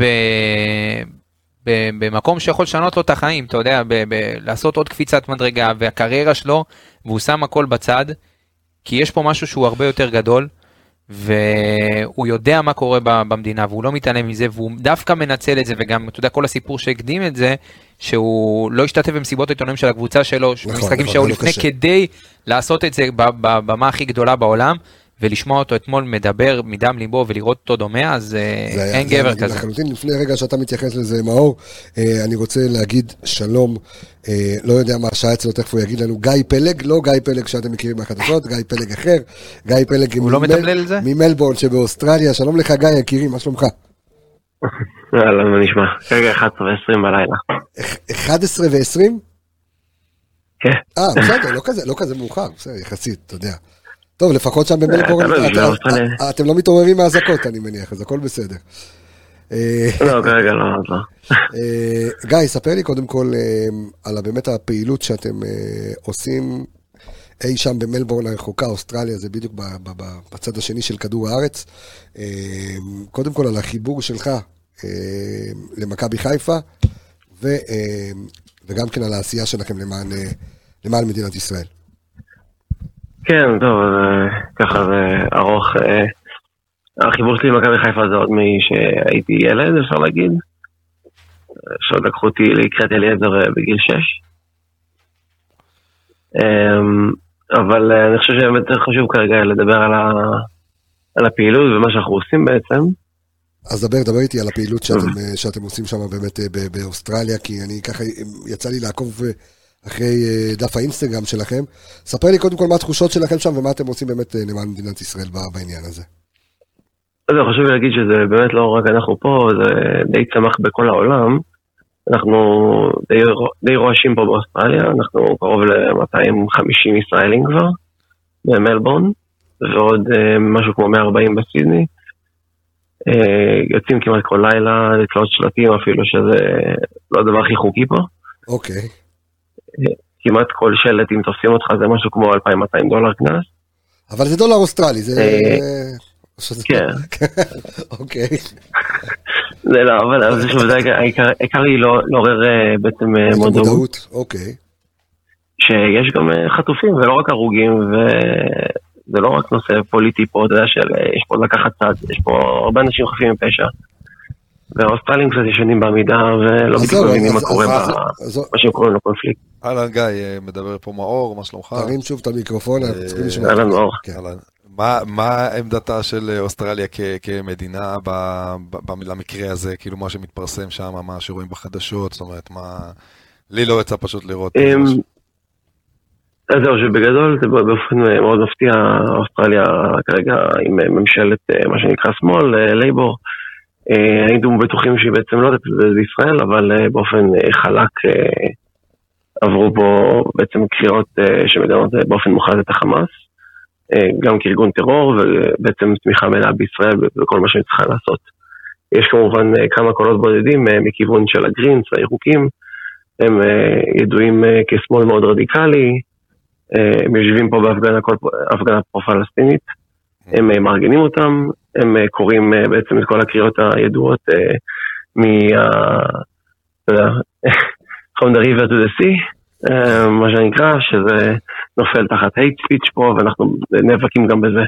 במקום שיכול לשנות לו את החיים, אתה יודע, לעשות עוד קפיצת מדרגה, והקריירה שלו, והוא שם הכל בצד, כי יש פה משהו שהוא הרבה יותר גדול, והוא יודע מה קורה במדינה, והוא לא מתעלם מזה, והוא דווקא מנצל את זה, וגם, אתה יודע, כל הסיפור שהקדים את זה, שהוא לא השתתף במסיבות העיתונאים של הקבוצה שלו, משחקים שהיו לפני, כדי לעשות את זה במה הכי גדולה בעולם, ולשמוע אותו אתמול מדבר מדם ליבו ולראות אותו דומה, אז אין גבר כזה. לפני רגע שאתה מתייחס לזה, מאור, אני רוצה להגיד שלום, לא יודע מה השעה אצלו, תכף הוא יגיד לנו, גיא פלג, לא גיא פלג שאתם מכירים מהחדשות, גיא פלג אחר, גיא פלג ממלבורן שבאוסטרליה, שלום לך גיא, יקירי, מה שלומך? יאללה, מה נשמע? רגע 11:20 בלילה. 11:20? כן. בסדר, לא כזה מאוחר, בסדר, יחסית, אתה יודע. טוב, לפחות שם במלבורן, אתם לא מתעוררים מהזקות, אני מניח, אז הכל בסדר. לא, כרגע לא. גיא, ספר לי קודם כל על באמת הפעילות שאתם עושים אי שם במלבורן הרחוקה, אוסטרליה, זה בדיוק בצד השני של כדור הארץ. קודם כל על החיבור שלך למכבי חיפה, וגם כן על העשייה שלכם למען מדינת ישראל. כן, טוב, ככה זה ארוך. החיבור שלי עם מכבי חיפה זה עוד שהייתי ילד, אפשר להגיד. שעוד לקחו אותי לקראת אליעזר בגיל 6. אבל אני חושב שבאמת חשוב כרגע לדבר על הפעילות ומה שאנחנו עושים בעצם. אז דבר איתי על הפעילות שאתם עושים שם באמת באוסטרליה, כי אני ככה יצא לי לעקוב אחרי דף האינסטגרם שלכם. ספר לי קודם כל מה התחושות שלכם שם, ומה אתם עושים באמת למען מדינת ישראל בעניין הזה. אז חשוב לי להגיד שזה באמת לא רק אנחנו פה, זה די צמח בכל העולם. אנחנו די רועשים פה באוסטרליה, אנחנו קרוב ל-250 ישראלים כבר, במלבורן, ועוד משהו כמו 140 בסידני. יוצאים כמעט כל לילה, לתלות שלטים אפילו, שזה לא הדבר הכי חוקי פה. אוקיי. כמעט כל שלט, אם תופסים אותך, זה משהו כמו $2,200 קנס. אבל זה דולר אוסטרלי, זה... כן. אוקיי. זה לא, אבל זה שוב, העיקר היא לעורר בעצם מודעות. אוקיי. שיש גם חטופים ולא רק הרוגים, זה לא רק נושא פוליטי פה, אתה יודע, יש פה לקחת צד, יש פה הרבה אנשים חפים מפשע, והאוסטרלים קצת ישנים בעמידה, ולא מבינים מה קורה, מה שהם קוראים לקונפליקט. אהלן גיא, מדבר פה מאור, מה שלומך? תרים שוב את המיקרופון, אנחנו צריכים לשמוע. אהלן מאור. מה עמדתה של אוסטרליה כמדינה למקרה הזה, כאילו מה שמתפרסם שם, מה שרואים בחדשות, זאת אומרת, לי לא יצא פשוט לראות. אז זהו, שבגדול זה באופן מאוד מפתיע, אוסטרליה כרגע עם ממשלת מה שנקרא שמאל, לייבור, היינו בטוחים שהיא בעצם לא יודעת בישראל, אבל באופן חלק עברו פה בעצם קריאות שמגנות באופן מוחלט את החמאס, גם כארגון טרור ובעצם תמיכה מלאה בישראל בכל מה שהיא צריכה לעשות. יש כמובן כמה קולות בודדים מכיוון של הגרינס, הירוקים, הם ידועים כשמאל מאוד רדיקלי, הם יושבים פה בהפגנה פרו-פלסטינית, הם מארגנים אותם, הם קוראים בעצם את כל הקריאות הידועות From the river to the sea, מה שנקרא, שזה נופל תחת hate speech פה, ואנחנו נאבקים גם בזה.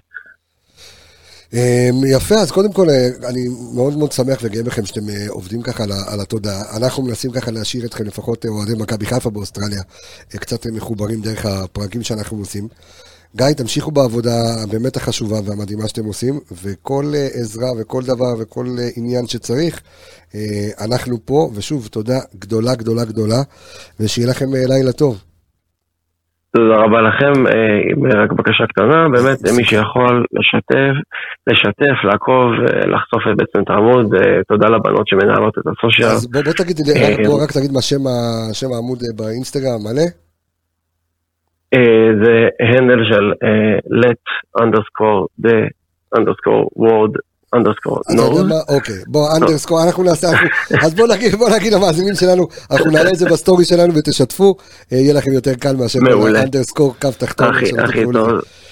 יפה, אז קודם כל אני מאוד מאוד שמח וגאה בכם שאתם עובדים ככה על התודעה. אנחנו מנסים ככה להשאיר אתכם, לפחות אוהדי מכבי חיפה באוסטרליה, קצת מחוברים דרך הפרקים שאנחנו עושים. גיא, תמשיכו בעבודה באמת החשובה והמדהימה שאתם עושים, וכל עזרה וכל דבר וכל עניין שצריך, אנחנו פה, ושוב, תודה גדולה גדולה גדולה, ושיהיה לכם לילה טוב. תודה רבה לכם, רק בקשה קטנה, באמת מי שיכול לשתף, לעקוב, לחשוף בעצם את העמוד, תודה לבנות שמנהלות את הסושיאל. אז בוא תגיד, רק תגיד מה שם העמוד באינסטגרם, מלא? זה הנדל של let_the_word_knows. אוקיי, בוא אנדרסקור, אנחנו נעשה, אז בוא נגיד למאזינים שלנו, אנחנו נעלה את זה בסטורי שלנו ותשתפו, יהיה לכם יותר קל מאשר אנדרסקור קו תחתון. הכי טוב.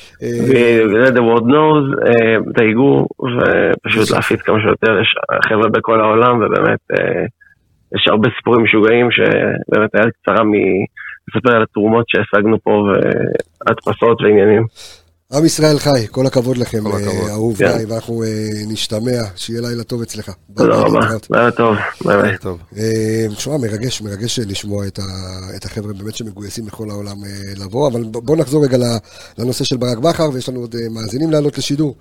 let the word knows, תהיגו, ופשוט להפיץ כמה שיותר, יש חבר'ה בכל העולם, ובאמת יש הרבה סיפורים משוגעים, שבאמת היה קצרה לספר על התרומות שהשגנו פה, והדפסות ועניינים. עם ישראל חי, כל הכבוד לכם, אהוב גיא, ואנחנו נשתמע, שיהיה לילה טוב אצלך. תודה רבה, לילה טוב, ביי. תשמע, מרגש לשמוע את החבר'ה באמת שמגויסים בכל העולם לבוא, אבל בואו נחזור רגע לנושא של ברק בכר, ויש לנו עוד מאזינים לעלות לשידור.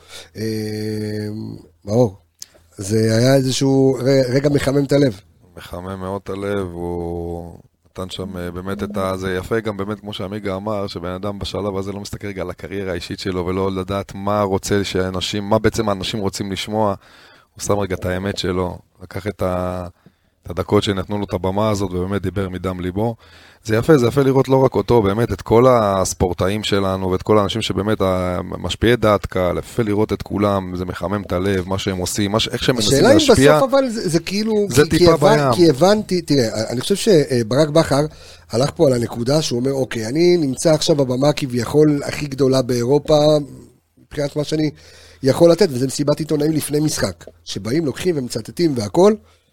מאור, זה היה איזשהו רגע מחמם את הלב. מחמם מאוד את הלב, הוא נתן שם באמת זה יפה גם באמת כמו שעמיגה אמר, שבן אדם בשלב הזה לא מסתכל רגע על הקריירה האישית שלו, ולא לדעת מה רוצה שאנשים, מה בעצם האנשים רוצים לשמוע, הוא שם רגע את האמת שלו, לקח את הדקות שנתנו לו את הבמה הזאת, ובאמת דיבר מדם ליבו. זה יפה לראות לא רק אותו, באמת את כל הספורטאים שלנו, ואת כל האנשים שבאמת משפיעי דעת קהל, יפה לראות את כולם, זה מחמם את הלב, מה שהם עושים, איך שהם מנסים להשפיע. השאלה אם בסוף אבל זה כאילו, כי הבנתי, תראה, אני חושב שברק בכר הלך פה על הנקודה שהוא אומר, אוקיי, אני נמצא עכשיו בבמה כביכול הכי גדולה באירופה, מבחינת מה שאני יכול לתת, וזה מסיבת עיתונאים לפני משחק, שבאים, לוקחים ומצטטים והכל,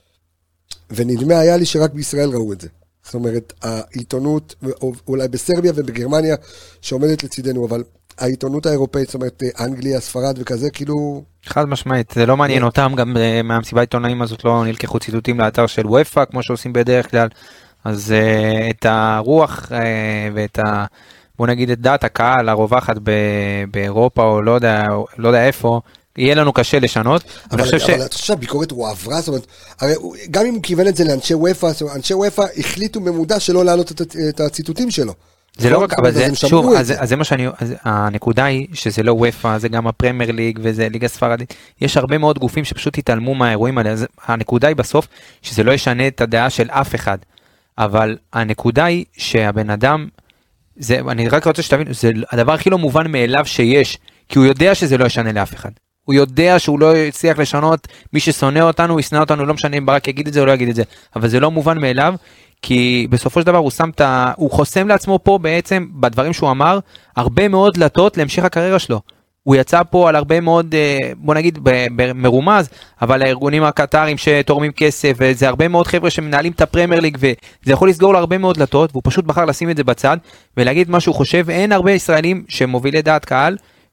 ונדמה היה לי שרק בישראל ראו את זה. זאת אומרת, העיתונות, אולי בסרביה ובגרמניה, שעומדת לצידנו, אבל העיתונות האירופאית, זאת אומרת, אנגליה, ספרד וכזה, כאילו... חד משמעית, זה לא מעניין אותם, גם מהמסיבת עיתונאים הזאת לא נלקחו ציטוטים לאתר של וופא, כמו שעושים בדרך כלל, אז את הרוח ואת בוא נגיד את דעת הקהל הרווחת באירופה, או לא יודע איפה, יהיה לנו קשה לשנות. אבל אתה חושב שהביקורת הוא עברה, זאת אומרת, גם אם הוא כיוון את זה לאנשי וופא, אנשי וופא החליטו ממודע שלא להעלות את הציטוטים שלו. זה לא רק, אבל זה, שוב, אז זה מה שאני, הנקודה היא שזה לא וופא, זה גם הפרמייר ליג וזה ליגה ספרדית, יש הרבה מאוד גופים שפשוט התעלמו מהאירועים האלה, אז הנקודה היא בסוף שזה לא ישנה את הדעה של אף אחד, אבל הנקודה היא שהבן אדם, אני רק רוצה שתבין, זה הדבר הכי לא מובן מאליו שיש, כי הוא יודע שזה לא ישנה לאף אחד. הוא יודע שהוא לא יצליח לשנות, מי ששונא אותנו, הוא ישנא אותנו, לא משנה אם ברק יגיד את זה או לא יגיד את זה, אבל זה לא מובן מאליו, כי בסופו של דבר הוא חוסם לעצמו פה בעצם, בדברים שהוא אמר, הרבה מאוד דלתות להמשך הקריירה שלו. הוא יצא פה על הרבה מאוד, בוא נגיד, מרומז, אבל הארגונים הקטרים שתורמים כסף, וזה הרבה מאוד חבר'ה שמנהלים את הפרמייר ליג, וזה יכול לסגור לו הרבה מאוד דלתות, והוא פשוט בחר לשים את זה בצד, ולהגיד מה שהוא חושב. אין הרבה ישראלים שמובילי דעת קהל,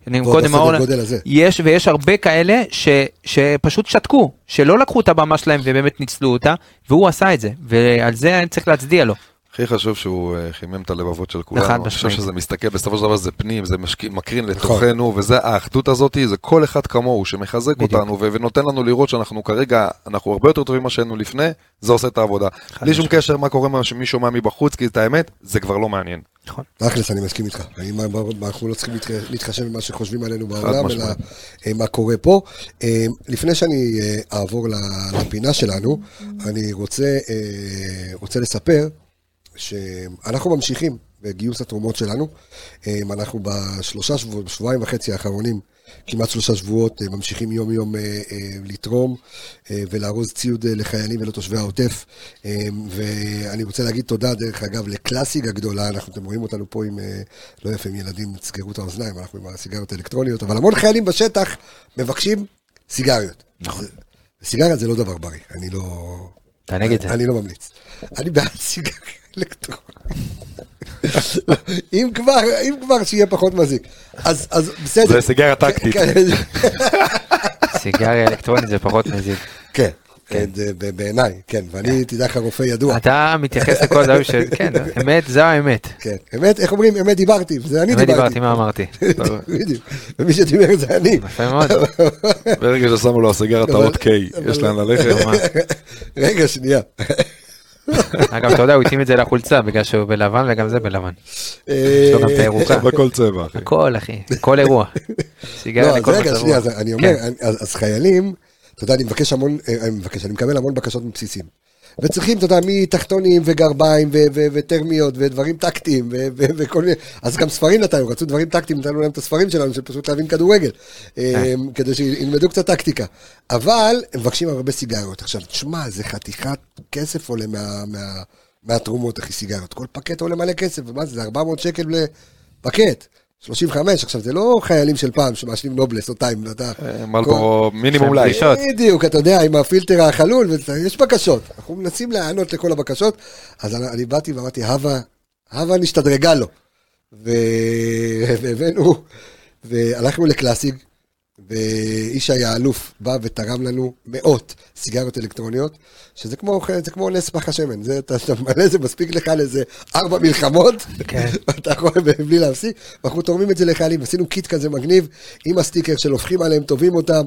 ויש הרבה כאלה שפשוט שתקו, שלא לקחו את הבמה שלהם ובאמת ניצלו אותה, והוא עשה את זה, ועל זה אני צריך להצדיע לו. הכי חשוב שהוא חימם את הלבבות של כולנו, אני חושב שזה מסתכל, בסופו של דבר זה פנים, זה מקרין לתוכנו, וזה האחדות הזאת, זה כל אחד כמוהו שמחזק אותנו, ונותן לנו לראות שאנחנו כרגע, אנחנו הרבה יותר טובים מה שהיינו לפני, זה עושה את העבודה. בלי שום קשר מה קורה מי שומע מבחוץ, כי את האמת, זה כבר לא מעניין. תכלס, אני מסכים איתך. אנחנו לא צריכים להתחשב במה שחושבים עלינו בעולם, אלא מה קורה פה. לפני שאני אעבור לפינה שלנו, אני רוצה לספר שאנחנו ממשיכים בגיוס התרומות שלנו. אנחנו בשבועיים וחצי האחרונים, כמעט 3 שבועות, ממשיכים יום יום לתרום ולארוז ציוד לחיילים ולתושבי העוטף. ואני רוצה להגיד תודה, דרך אגב, לקלאסיג הגדולה. אתם רואים אותנו פה עם, לא יפה, עם ילדים, תסגרו את האוזניים, אנחנו עם הסיגריות האלקטרוניות, אבל המון חיילים בשטח מבקשים סיגריות. סיגריה זה לא דבר בריא, אני לא ממליץ. אני בעד סיגריה אלקטרונית. אם כבר שיהיה פחות מזיק. אז בסדר. זה סיגריה טקטית. סיגריה אלקטרונית זה פחות מזיק. כן. בעיניי, כן, ואני תדע לך רופא ידוע. אתה מתייחס לכל דבר כן, אמת, זה האמת. כן, אמת, איך אומרים, אמת דיברתי, זה אני דיברתי. אמת דיברתי, מה אמרתי? בדיוק, ומי שדיבר זה אני. יפה מאוד. ברגע ששמו לו הסיגרת האות K, יש להם ללכת. רגע, שנייה. אגב, אתה יודע, הוא התאים את זה לחולצה, בגלל שהוא בלבן וגם זה בלבן. יש לו גם את הירוקה. בכל צבע, אחי. הכל, אחי, כל אירוע. סיגריה לכל מצב. רגע, שנייה, אני אומר, אז חיילים, אתה יודע, אני מקבל המון בקשות מבסיסים. וצריכים, אתה יודע, מתחתונים וגרביים וטרמיות ודברים טקטיים וכל מיני, אז גם ספרים נתנו, רצו דברים טקטיים, נתנו להם את הספרים שלנו, שפשוט להבין כדורגל, כדי שילמדו קצת טקטיקה. אבל הם מבקשים הרבה סיגריות. עכשיו, תשמע, זה חתיכת כסף עולה מהתרומות, אחי, סיגריות. כל פקט עולה מלא כסף, ומה זה 400 שקל לפקט. 35, עכשיו זה לא חיילים של פעם שמאשלים נובלס או טיים, מלבורו מינימום לייט. בדיוק, אתה יודע, עם הפילטר החלול, יש בקשות, אנחנו מנסים לענות לכל הבקשות, אז אני באתי ואמרתי, הווה נשתדרגה לו, והבאנו, והלכנו לקלאסיג, ואיש היה אלוף, בא ותרם לנו מאות סיגריות אלקטרוניות, שזה כמו נס פח השמן, אתה מלא, זה מספיק לך לאיזה 4 מלחמות, אתה יכול בלי להפסיק, ואנחנו תורמים את זה לחיילים, עשינו קיט כזה מגניב, עם הסטיקר שלופחים עליהם, טובים אותם,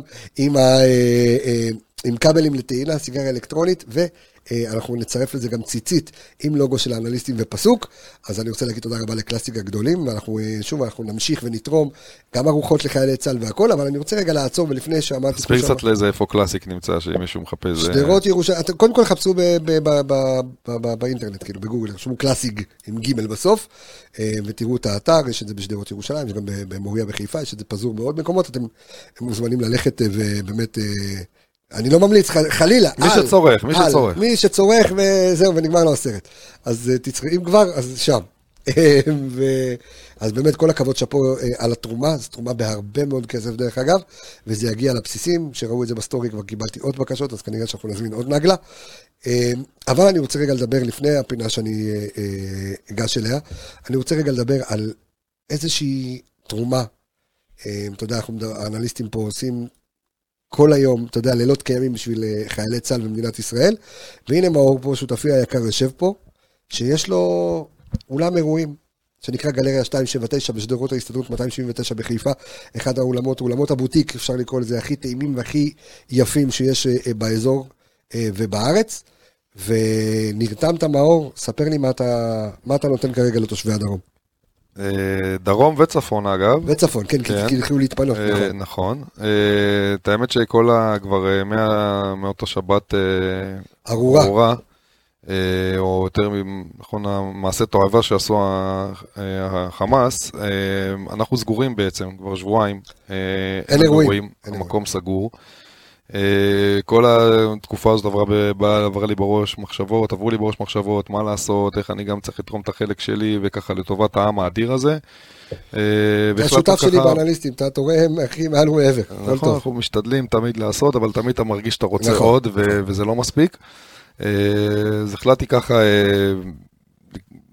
עם כבלים לטעינה, סיגריה אלקטרונית, ואנחנו נצרף לזה גם ציצית עם לוגו של האנליסטים ופסוק, אז אני רוצה להגיד תודה רבה לקלאסיק הגדולים, ואנחנו נמשיך ונתרום גם ארוחות לחיילי צה"ל והכל, אבל אני רוצה רגע לעצור, ולפני שאמרתי... תספיר קצת לאיזה איפה קלאסיק נמצא, שאם מישהו מחפש... שדרות ירושלים, קודם כל חפשו באינטרנט, כאילו בגוגל, רשמו קלאסיק עם ג' בסוף, ותראו את האתר, יש את זה בשדרות ירושלים, יש גם במוריה בחיפה, יש את זה פזור בעוד מקומות, אתם מוזמנים ללכת ובאמת... אני לא ממליץ, חלילה. מי שצורך וזהו, ונגמר לו הסרט. אז אם כבר, אז שם. אז באמת כל הכבוד שפה על התרומה, זו תרומה בהרבה מאוד כסף דרך אגב, וזה יגיע לבסיסים, שראו את זה בסטורי, כבר קיבלתי עוד בקשות, אז כנראה שאנחנו נזמין עוד נגלה. אבל אני רוצה רגע לדבר לפני הפינה שאני אגש אליה, אני רוצה רגע לדבר על איזושהי תרומה, אתה יודע, האנליסטים פה עושים, כל היום, אתה יודע, לילות קיימים בשביל חיילי צה"ל במדינת ישראל, והנה מאור פה, שותפי היקר יושב פה, שיש לו אולם אירועים, שנקרא גלריה 279 בשדרות ההסתדרות 279 בחיפה, אחד האולמות הבוטיק, אפשר לקרוא לזה, הכי טעימים והכי יפים שיש באזור ובארץ, ונרתמת מאור, ספר לי מה אתה נותן כרגע לתושבי הדרום. דרום וצפון אגב. וצפון, כן, כי התחילו להתפנות. נכון. את האמת שכל כבר מאותה שבת ארורה, או יותר נכון המעשה תועבה שעשו החמאס, אנחנו סגורים בעצם כבר שבועיים. אין אירועים. המקום סגור. כל התקופה הזאת עברה לי בראש מחשבות, עברו לי בראש מחשבות, מה לעשות, איך אני גם צריך לתרום את החלק שלי, וככה לטובת העם האדיר הזה. השותף שלי באנליסטים, אתה תורם הכי מעל ומעבר. נכון, אנחנו משתדלים תמיד לעשות, אבל תמיד אתה מרגיש שאתה רוצה עוד, וזה לא מספיק. אז החלטתי ככה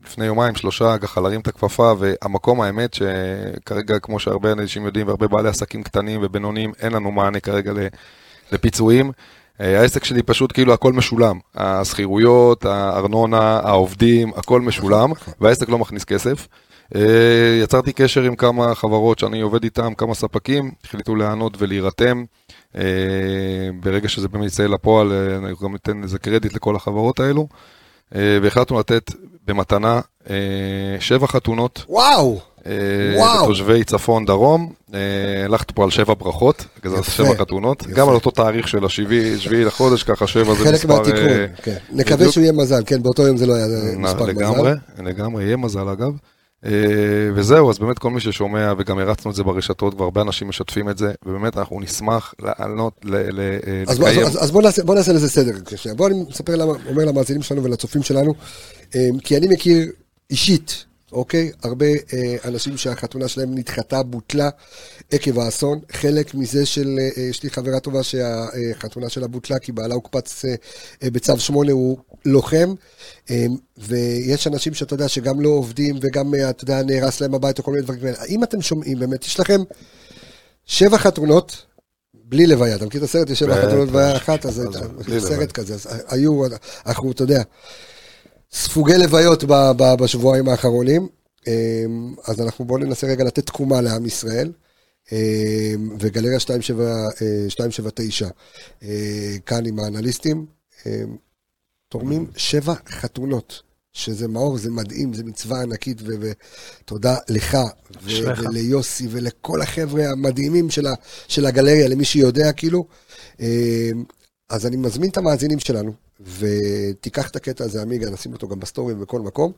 לפני יומיים, 3, ככה להרים את הכפפה, והמקום האמת שכרגע, כמו שהרבה אנשים יודעים, והרבה בעלי עסקים קטנים ובינוניים, אין לנו מענה כרגע לפיצויים. העסק שלי פשוט כאילו הכל משולם. הסחירויות, הארנונה, העובדים, הכל משולם, והעסק לא מכניס כסף. יצרתי קשר עם כמה חברות שאני עובד איתם, כמה ספקים, החליטו לענות ולהירתם. ברגע שזה באמת יצא לפועל, אני גם ניתן איזה קרדיט לכל החברות האלו. והחלטנו לתת במתנה 7 חתונות. וואו! לתושבי צפון דרום, הלכת פה על 7 ברכות, גזרת 7 חתונות, גם על אותו תאריך של 7 לחודש, ככה 7 זה מספר... חלק מהתיקון, נקווה שהוא יהיה מזל, כן, באותו יום זה לא היה מספר מזל. לגמרי, יהיה מזל אגב. וזהו, אז באמת כל מי ששומע, וגם הרצנו את זה ברשתות, והרבה אנשים משתפים את זה, ובאמת אנחנו נשמח לענות, לקיים. אז בוא נעשה לזה סדר. בוא אני אומר למאזינים שלנו ולצופים שלנו, כי אני מכיר אישית, אוקיי? הרבה אנשים שהחתונה שלהם נדחתה, בוטלה עקב האסון. חלק מזה יש לי חברה טובה שהחתונה שלה בוטלה, כי בעלה הוקפץ בצו 8, הוא לוחם, ויש אנשים שאתה יודע שגם לא עובדים, וגם אתה יודע נהרס להם הבית או כל מיני דברים. האם אתם שומעים באמת, יש לכם 7 חתונות, בלי לוויה, אתה מכיר את הסרט? יש 7 חתונות לוויה אחת, אז סרט כזה, אז היו, אנחנו, אתה יודע, ספוגי לוויות בשבועיים האחרונים, אז אנחנו בואו ננסה רגע לתת תקומה לעם ישראל, וגלריה 279, כאן עם האנליסטים, תורמים 7 חתונות, שזה מאור, זה מדהים, זה מצווה ענקית, ותודה לך, וליוסי, ולכל החבר'ה המדהימים של הגלריה, למי שיודע כאילו, אז אני מזמין את המאזינים שלנו, ותיקח את הקטע הזה, אמיגה, נשים אותו גם בסטורים ובכל מקום,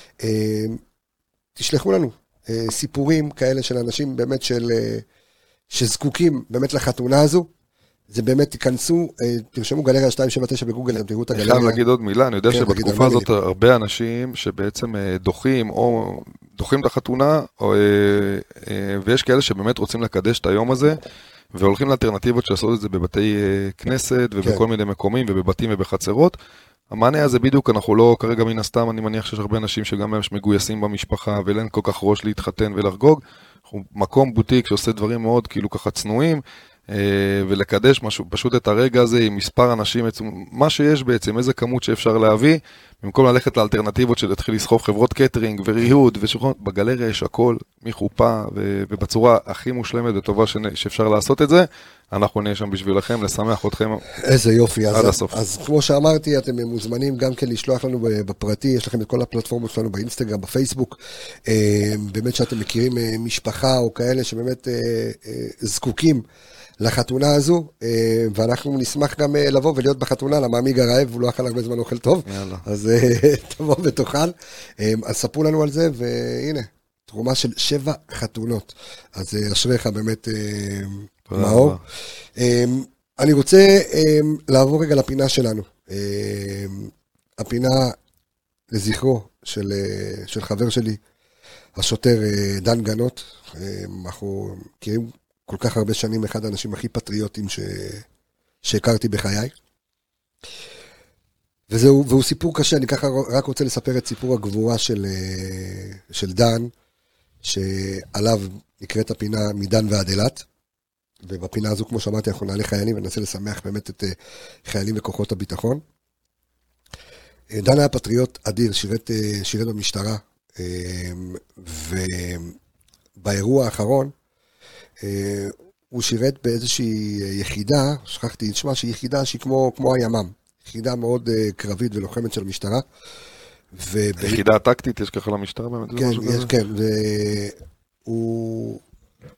תשלחו לנו סיפורים כאלה של אנשים באמת שזקוקים באמת לחתונה הזו, זה באמת תיכנסו, תרשמו גלריה 279 בגוגל, תראו את הגלריה. אני חייב להגיד עוד מילה, אני יודע שבתקופה הזאת הרבה אנשים שבעצם דוחים את החתונה, ויש כאלה שבאמת רוצים לקדש את היום הזה, והולכים לאלטרנטיבות שעשות את זה בבתי כנסת ובכל מיני מקומים ובבתים ובחצרות. המענה הזה בדיוק, אנחנו לא, כרגע מן הסתם, אני מניח שיש הרבה אנשים שגם הם מגויסים במשפחה ואין כל כך ראש להתחתן ולחגוג. אנחנו מקום בוטיק שעושה דברים מאוד כאילו ככה צנועים, ולקדש משהו, פשוט את הרגע הזה עם מספר אנשים, מה שיש בעצם, איזה כמות שאפשר להביא, במקום ללכת לאלטרנטיבות של להתחיל לסחוב חברות קטרינג וריהוד ושולחנות, בגלריה יש הכל מחופה ובצורה הכי מושלמת וטובה שאפשר לעשות את זה, אנחנו נהיה שם בשבילכם, לשמח אתכם איזה יופי, עד הסוף. אז כמו שאמרתי, אתם מוזמנים גם כן לשלוח לנו בפרטי, יש לכם את כל הפלטפורמות שלנו באינסטגרם, בפייסבוק, באמת שאתם מכירים משפחה או כאלה שבאמת זקוקים לחתונה הזו, ואנחנו נשמח גם לבוא ולהיות בחתונה, למה עמיגה רעב, הוא לא אכל הרבה זמן אוכל טוב, אז תבוא ותאכל, אז ספרו לנו על זה, והנה, תרומה של 7 חתונות, אז אשריך באמת מאור. אני רוצה לעבור רגע לפינה שלנו, הפינה לזכרו של חבר שלי, השוטר דן גנות, אנחנו מכירים כל כך הרבה שנים, אחד האנשים הכי פטריוטים שהכרתי בחיי. והוא סיפור קשה, אני ככה רק רוצה לספר את סיפור הגבורה של דן, שעליו נקראת הפינה מדן ועד אילת, ובפינה הזו, כמו שאמרתי, אנחנו נעלה חיילים, וננסה לשמח באמת את חיילים וכוחות הביטחון. דן היה פטריוט אדיר, שירת במשטרה, ובאירוע האחרון, הוא שירת באיזושהי יחידה, שכחתי את שמה, שהיא יחידה שהיא כמו הימ"מ, יחידה מאוד קרבית ולוחמת של המשטרה. יחידה טקטית, יש ככה למשטרה באמת? כן, והוא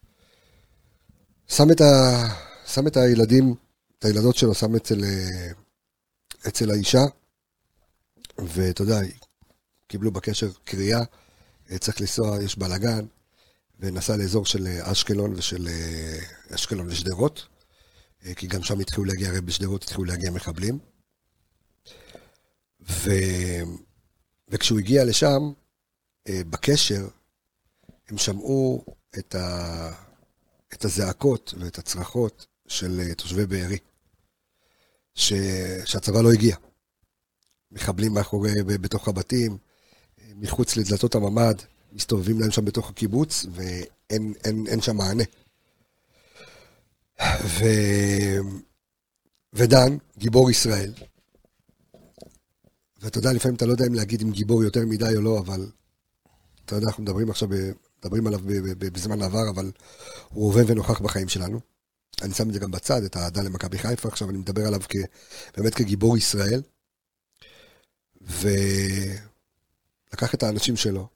שם את הילדים, את הילדות שלו, שם אצל האישה, ואתה יודע, קיבלו בקשר קריאה, צריך לנסוע, יש בלגן, ונסע לאזור של אשקלון ושדרות, כי גם שם התחילו להגיע, הרי בשדרות התחילו להגיע מחבלים. וכשהוא הגיע לשם, בקשר, הם שמעו את הזעקות ואת הצרחות של תושבי בארי, שהצבא לא הגיע. מחבלים מאחורי, בתוך הבתים, מחוץ לדלתות הממד, מסתובבים להם שם בתוך הקיבוץ, ואין שם מענה. ודן, גיבור ישראל, ואתה יודע, לפעמים אתה לא יודע אם להגיד אם גיבור יותר מדי או לא, אבל אתה יודע, אנחנו מדברים עליו בזמן עבר, אבל הוא עובד ונוכח בחיים שלנו. אני שם את זה גם בצד, את האהדה למכבי חיפה, עכשיו אני מדבר עליו באמת כגיבור ישראל, ולקח את האנשים שלו,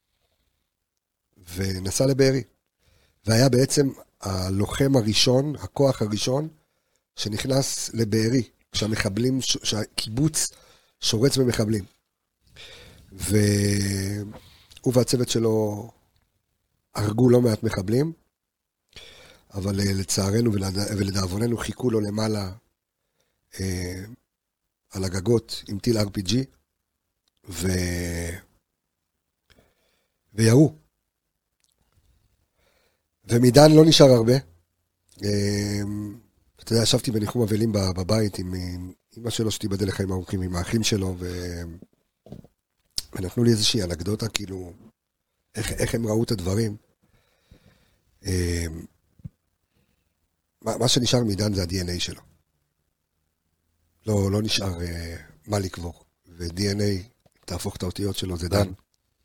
ונסע לבארי, והיה בעצם הלוחם הראשון, הכוח הראשון, שנכנס לבארי, שהקיבוץ שורץ במחבלים. והוא והצוות שלו הרגו לא מעט מחבלים, אבל לצערנו ולדאבוננו חיכו לו למעלה על הגגות עם טיל RPG, וירו. ומדן לא נשאר הרבה. אתה יודע, ישבתי בניחום אבלים בבית עם אמא שלו שתיבדל לחיים ארוכים, עם האחים שלו, ונתנו לי איזושהי אנקדוטה, כאילו, איך הם ראו את הדברים. מה שנשאר מדן זה ה-DNA שלו. לא נשאר מה לקבור. ו-DNA, תהפוך את האותיות שלו, זה דן.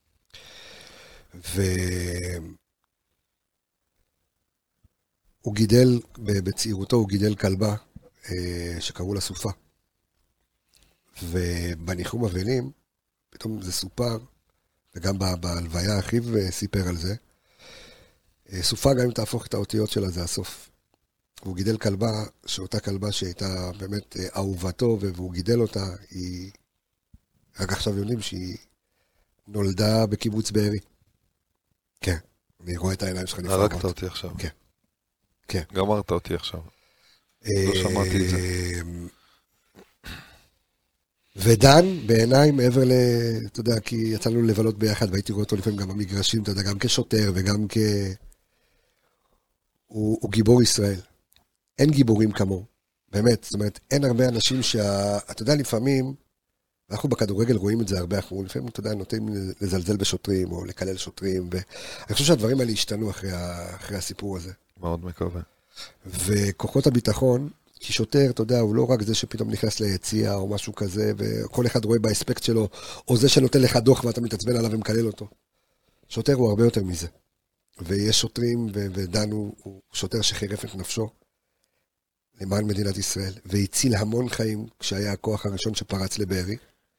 הוא גידל, בצעירותו הוא גידל כלבה שקראו לה סופה. ובניחום אבלים, פתאום זה סופר, וגם בהלוויה אחיו סיפר על זה. סופה גם אם תהפוך את האותיות שלה זה הסוף. הוא גידל כלבה, שאותה כלבה שהייתה באמת אהובתו, והוא גידל אותה, היא רק עכשיו יודעים שהיא נולדה בקיבוץ בארי. כן, אני רואה את העיניים שלך נפרמות. הרגת אותי עכשיו. כן. כן. גמרת אותי עכשיו. לא שמעתי את זה. ודן, בעיניי, מעבר אתה יודע, כי יצאנו לבלות ביחד, והייתי רואה אותו לפעמים גם במגרשים, אתה יודע, גם כשוטר וגם הוא גיבור ישראל. אין גיבורים כמוהו, באמת. זאת אומרת, אין הרבה אנשים אתה יודע, לפעמים, אנחנו בכדורגל רואים את זה הרבה, אנחנו לפעמים, אתה יודע, נוטים לזלזל בשוטרים, או לקלל שוטרים, ואני חושב שהדברים האלה השתנו אחרי הסיפור הזה. מאוד מקווה. וכוחות הביטחון, כי שוטר, אתה יודע, הוא לא רק זה שפתאום נכנס ליציאה או משהו כזה, וכל אחד רואה באספקט שלו, או זה שנותן לך דוח ואתה מתעצבן עליו ומקלל אותו. שוטר הוא הרבה יותר מזה. ויש שוטרים, ודן הוא שוטר שחירף את נפשו למען מדינת ישראל, והציל המון חיים כשהיה הכוח הראשון שפרץ לבארי.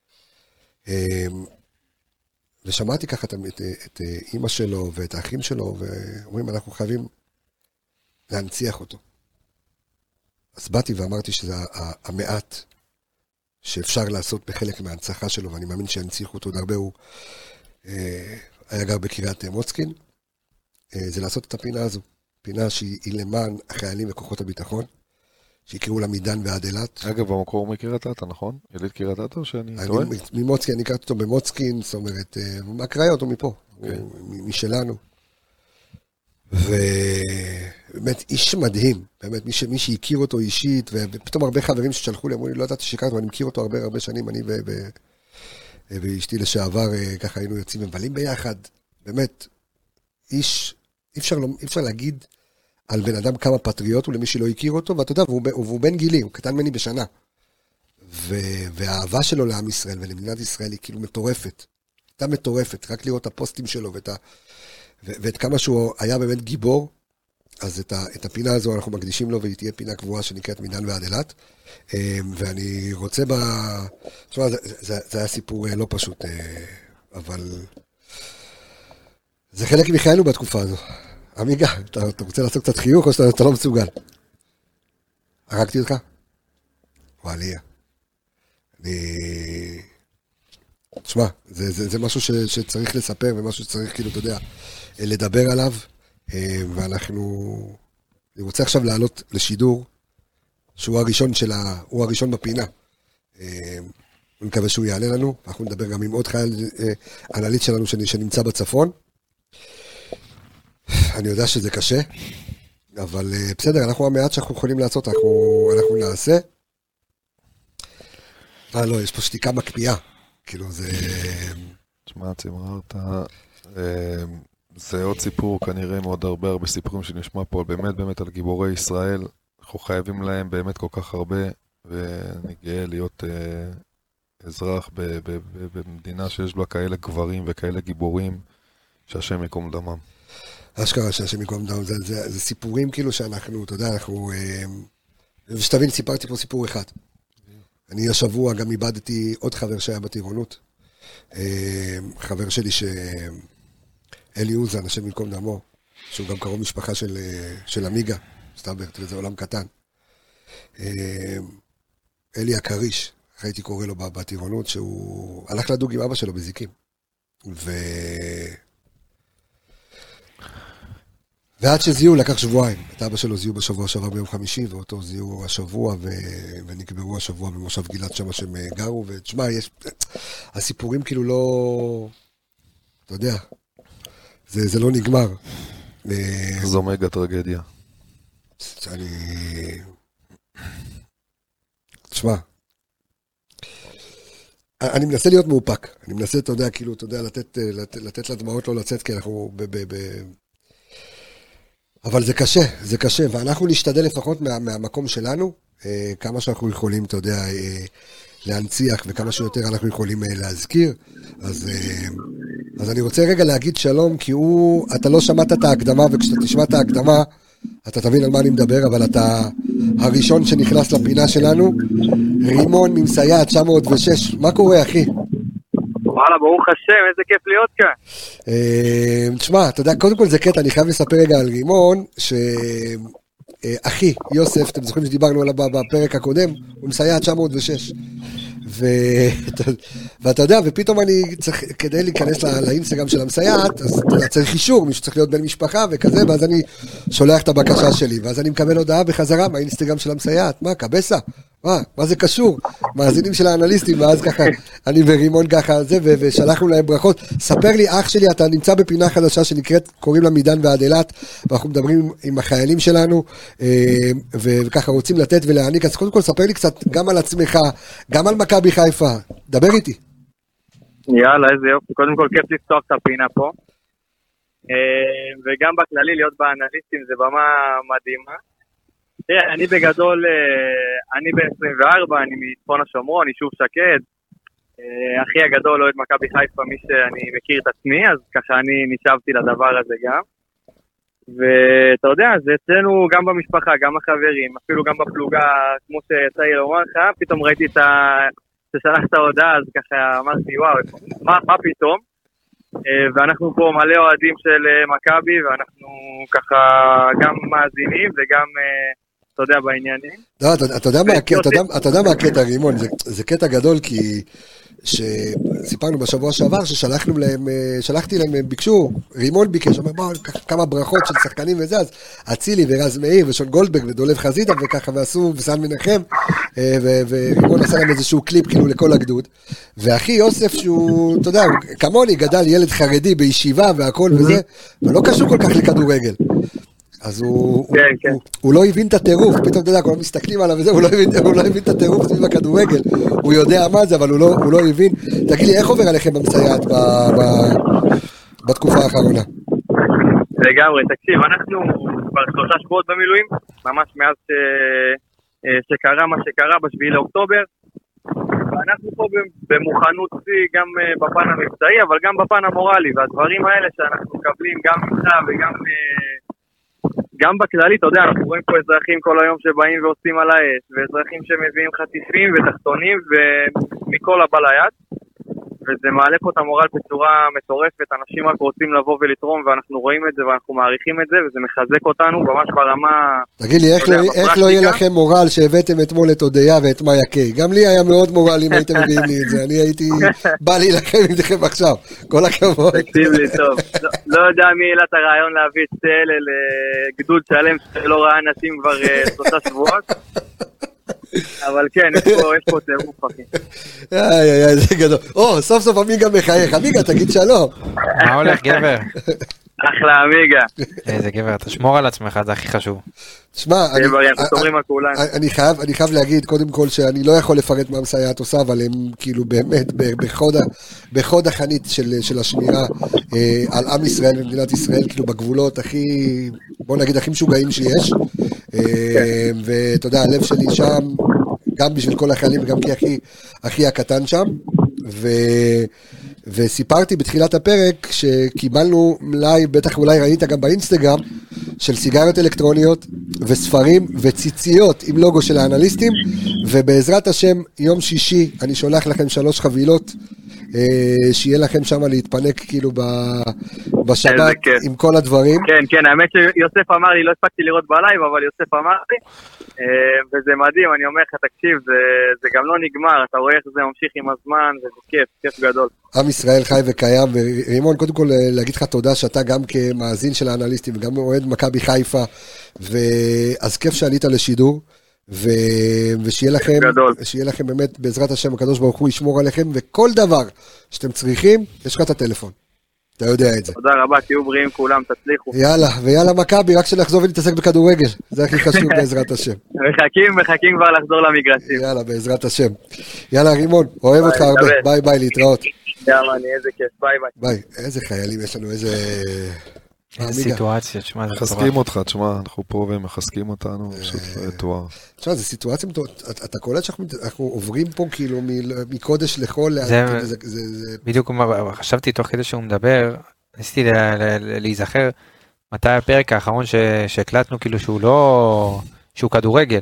ושמעתי ככה את אמא שלו ואת האחים שלו, ואומרים, אנחנו חייבים להנציח אותו. אז באתי ואמרתי שזה המעט שאפשר לעשות בחלק מההנצחה שלו, ואני מאמין שהנציחו אותו עוד הרבה. הוא היה גר בקריית מוצקין, זה לעשות את הפינה הזו, פינה שהיא למען החיילים וכוחות הביטחון, שיקראו לה מדן ועד אילת. אגב, במקור הוא מקריית אתא, נכון? יליד קריית אתא או שאני טועה? ממוצקין, אני הכרתי אותו במוצקין, זאת אומרת, מהקריות הוא מפה, משלנו. ובאמת איש מדהים, באמת מי שהכיר אותו אישית, ופתאום הרבה חברים ששלחו לי, אמרו לי, לא ידעתי שהכרתי, ואני מכיר אותו הרבה שנים, אני ואשתי לשעבר, ככה היינו יוצאים מבלים ביחד, באמת, איש, אי אפשר להגיד על בן אדם כמה פטריוט הוא למי שלא הכיר אותו, ואתה יודע, והוא בן גילי, הוא קטן מני בשנה, והאהבה שלו לעם ישראל ולמדינת ישראל היא כאילו מטורפת, הייתה מטורפת, רק לראות את הפוסטים שלו ואת כמה שהוא היה באמת גיבור, אז את הפינה הזו אנחנו מקדישים לו, והיא תהיה פינה קבועה שנקראת מדן ועד אילת, ואני רוצה תשמע, זה היה סיפור לא פשוט, אבל זה חלק מחיינו בתקופה הזו. עמיגה, אתה רוצה לעשות קצת חיוך או שאתה לא מסוגל? הרגתי אותך? וואליה. תשמע, זה משהו שצריך לספר, ומשהו שצריך, כאילו, אתה יודע, לדבר עליו, אני רוצה עכשיו לעלות לשידור, שהוא הראשון בפינה. אני מקווה שהוא יעלה לנו, אנחנו נדבר גם עם עוד חייל אנליסט שלנו שנמצא בצפון. אני יודע שזה קשה, אבל בסדר, אנחנו המעט שאנחנו יכולים לעשות, אנחנו נעשה. לא, יש פה שתיקה מקפיאה. כאילו זה... תשמע, צמרת, זה עוד סיפור, כנראה מאוד הרבה סיפורים שנשמע פה, באמת על גיבורי ישראל, אנחנו חייבים להם באמת כל כך הרבה, ואני גאה להיות אזרח במדינה שיש לה כאלה גברים וכאלה גיבורים, שהשם יקום דמם. אשכרה שהשם יקום דמם, זה סיפורים כאילו שאנחנו, אתה יודע, אנחנו, ושתבין, סיפרתי פה סיפור אחד. אני השבוע גם איבדתי עוד חבר שהיה בטירונות, חבר שלי אלי אוזן, השם יקום דמו, שהוא גם קרוב משפחה של אמיגה, סתם זה עולם קטן. אלי הקריש, הייתי קורא לו בטירונות, שהוא הלך לדוג עם אבא שלו בזיקים. ועד שזיהו לקח שבועיים. את אבא שלו זיהו בשבוע שעבר ביום חמישי, ואותו זיהו השבוע, ונקברו השבוע במושב גלעד שם שהם גרו, ותשמע, הסיפורים כאילו לא, אתה יודע, זה לא נגמר. זו מגה טרגדיה. תשמע, אני מנסה להיות מאופק, אני מנסה, אתה יודע, כאילו, אתה יודע, לתת לדמעות לא לצאת, כי אנחנו אבל זה קשה, ואנחנו נשתדל לפחות מהמקום שלנו, כמה שאנחנו יכולים, אתה יודע, להנציח, וכמה שיותר אנחנו יכולים להזכיר, אז אני רוצה רגע להגיד שלום, כי אתה לא שמעת את ההקדמה, וכשאתה תשמע את ההקדמה, אתה תבין על מה אני מדבר, אבל אתה הראשון שנכנס לפינה שלנו, רימון ממסייע 906, מה קורה אחי? וואלה, ברוך השם, איזה כיף להיות כאן. תשמע, אתה יודע, קודם כל זה קטע, אני חייב לספר רגע על רימון, שאחי, יוסף, אתם זוכרים שדיברנו עליו בפרק הקודם, הוא מסייע 906, ואתה יודע, ופתאום אני צריך, כדי להיכנס לאינסטגרם של המסייעת, אז צריך אישור, מישהו צריך להיות בן משפחה וכזה, ואז אני שולח את הבקשה שלי, ואז אני מקבל הודעה בחזרה מהאינסטגרם של המסייעת, מה, קבסה? מה זה קשור? מאזינים של האנליסטים, ואז ככה, אני ורימון ככה, ושלחנו להם ברכות. ספר לי, אח שלי, אתה נמצא בפינה חדשה שנקראת, קוראים לה מידן ועד אילת, ואנחנו מדברים עם החיילים שלנו, וככה רוצים לתת ולהעניק, אז קודם כל ספר לי קצת גם על עצמך, גם על מכבי חיפה, דבר איתי. יאללה, איזה יופי, קודם כל כיף לפתוח את הפינה פה, וגם בכללי להיות באנליסטים זה במה מדהימה. תראה, אני בגדול, אני ב-24, אני מצפון השומרון, יישוב שקד, אחי הגדול אוהד מכבי חיפה, מי שאני מכיר את עצמי, אז ככה אני נשאבתי לדבר הזה גם, ואתה יודע, זה אצלנו גם במשפחה, גם החברים, אפילו גם בפלוגה, כמו שיצא לי לומר לך, פתאום ראיתי ששלחת ההודעה, אז ככה אמרתי, וואו, מה פתאום? ואנחנו פה מלא אוהדים של מכבי, ואנחנו ככה גם מאזינים וגם, אתה יודע, בעניינים. אתה יודע מה הקטע, רימון, זה קטע גדול, כי שסיפרנו בשבוע שעבר, שלחתי להם, הם ביקשו, רימון ביקש, אומר, בואו, כמה ברכות של שחקנים וזה, אז אצילי ורז מאיר ושון גולדברג ודולב חזידה, וככה, ועשו וסן מנחם, ורימון עשה להם איזשהו קליפ, כאילו, לכל הגדוד, ואחי יוסף, שהוא, אתה יודע, כמוני, גדל ילד חרדי בישיבה והכל וזה, ולא קשור כל כך לכדורגל. אז הוא לא הבין את הטירוף, פתאום אתה יודע, כולם מסתכלים עליו וזה, הוא לא הבין את הטירוף סביב הכדורגל, הוא יודע מה זה, אבל הוא לא הבין. תגיד לי, איך עובר עליכם במסייעת בתקופה האחרונה? לגמרי, תקשיב, אנחנו כבר 3 שבועות במילואים, ממש מאז שקרה מה שקרה ב7 לאוקטובר, ואנחנו פה במוכנות גם בפן המבצעי, אבל גם בפן המורלי, והדברים האלה שאנחנו מקבלים גם ממך וגם גם בכללי, אתה יודע, אנחנו רואים פה אזרחים כל היום שבאים ועושים על האש, ואזרחים שמביאים חטיפים ותחתונים ומכל הבא ליד, וזה מעלה פה את המורל בצורה מטורפת, אנשים רק רוצים לבוא ולתרום, ואנחנו רואים את זה ואנחנו מעריכים את זה, וזה מחזק אותנו ממש ברמה... תגיד לי, איך לא יהיה לכם מורל שהבאתם אתמול את הודיה ואת מאיה קיי? גם לי היה מאוד מורל אם הייתם מביאים לי את זה, אני הייתי בא להילחם איתכם עכשיו, כל הכבוד. תקשיב לי טוב, לא יודע מי העלה את הרעיון להביא את צאלה לגדוד שלם שלא ראה אנשים כבר 3 שבועות. אבל כן, יש פה טירוף, אחי. זה גדול. סוף סוף עמיגה מחייך. עמיגה, תגיד שלום. מה הולך, גבר? אחלה אמיגה. איזה גבר, תשמור על עצמך, זה הכי חשוב. תשמע, אני חייב להגיד קודם כל שאני לא יכול לפרט מה מסייעת עושה, אבל הם כאילו באמת בחוד החנית של השמירה על עם ישראל ומדינת ישראל, כאילו בגבולות הכי, בוא נגיד, הכי משוגעים שיש, ואתה יודע, הלב שלי שם, גם בשביל כל החיילים וגם כי אחי הקטן שם, וסיפרתי בתחילת הפרק שקיבלנו מלאי, בטח אולי ראית גם באינסטגרם, של סיגריות אלקטרוניות וספרים וציציות עם לוגו של האנליסטים, ובעזרת השם יום שישי אני שולח לכם 3 חבילות, שיהיה לכם שם להתפנק כאילו בשבת עם כל הדברים. כן, האמת שיוסף אמר לי, לא הספקתי לראות בלייב, אבל יוסף אמר לי, וזה מדהים, אני אומר לך, תקשיב, זה גם לא נגמר, אתה רואה איך זה ממשיך עם הזמן, וזה כיף גדול. עם ישראל חי וקיים, ורימון, קודם כל להגיד לך תודה שאתה גם כמאזין של האנליסטים, וגם אוהד מכבי חיפה, אז כיף שעלית לשידור, ושיהיה לכם באמת, בעזרת השם, הקדוש ברוך הוא ישמור עליכם, וכל דבר שאתם צריכים, יש לך את הטלפון. אתה יודע את זה. תודה רבה, תהיו בריאים כולם, תצליחו. ויאללה מכבי, רק שנחזור ונתעסק בכדורגל. זה הכי חשוב בעזרת השם. מחכים כבר לחזור למגרשים. יאללה, בעזרת השם. יאללה, רימון, אוהב אותך הרבה. ביי, להתראות. יאללה, איזה כיף, ביי. איזה חיילים יש לנו, איזה סיטואציה, תשמע, זה מחזקים אותך, תשמע, אנחנו פה ומחזקים אותנו, פשוט תואר. תשמע, זו סיטואציה, אתה קולט שאנחנו עוברים פה כאילו מקודש לחול, בדיוק, חשבתי תוך כדי שהוא מדבר, ניסיתי להיזכר, מתי הפרק האחרון שהקלטנו כאילו שהוא כדורגל,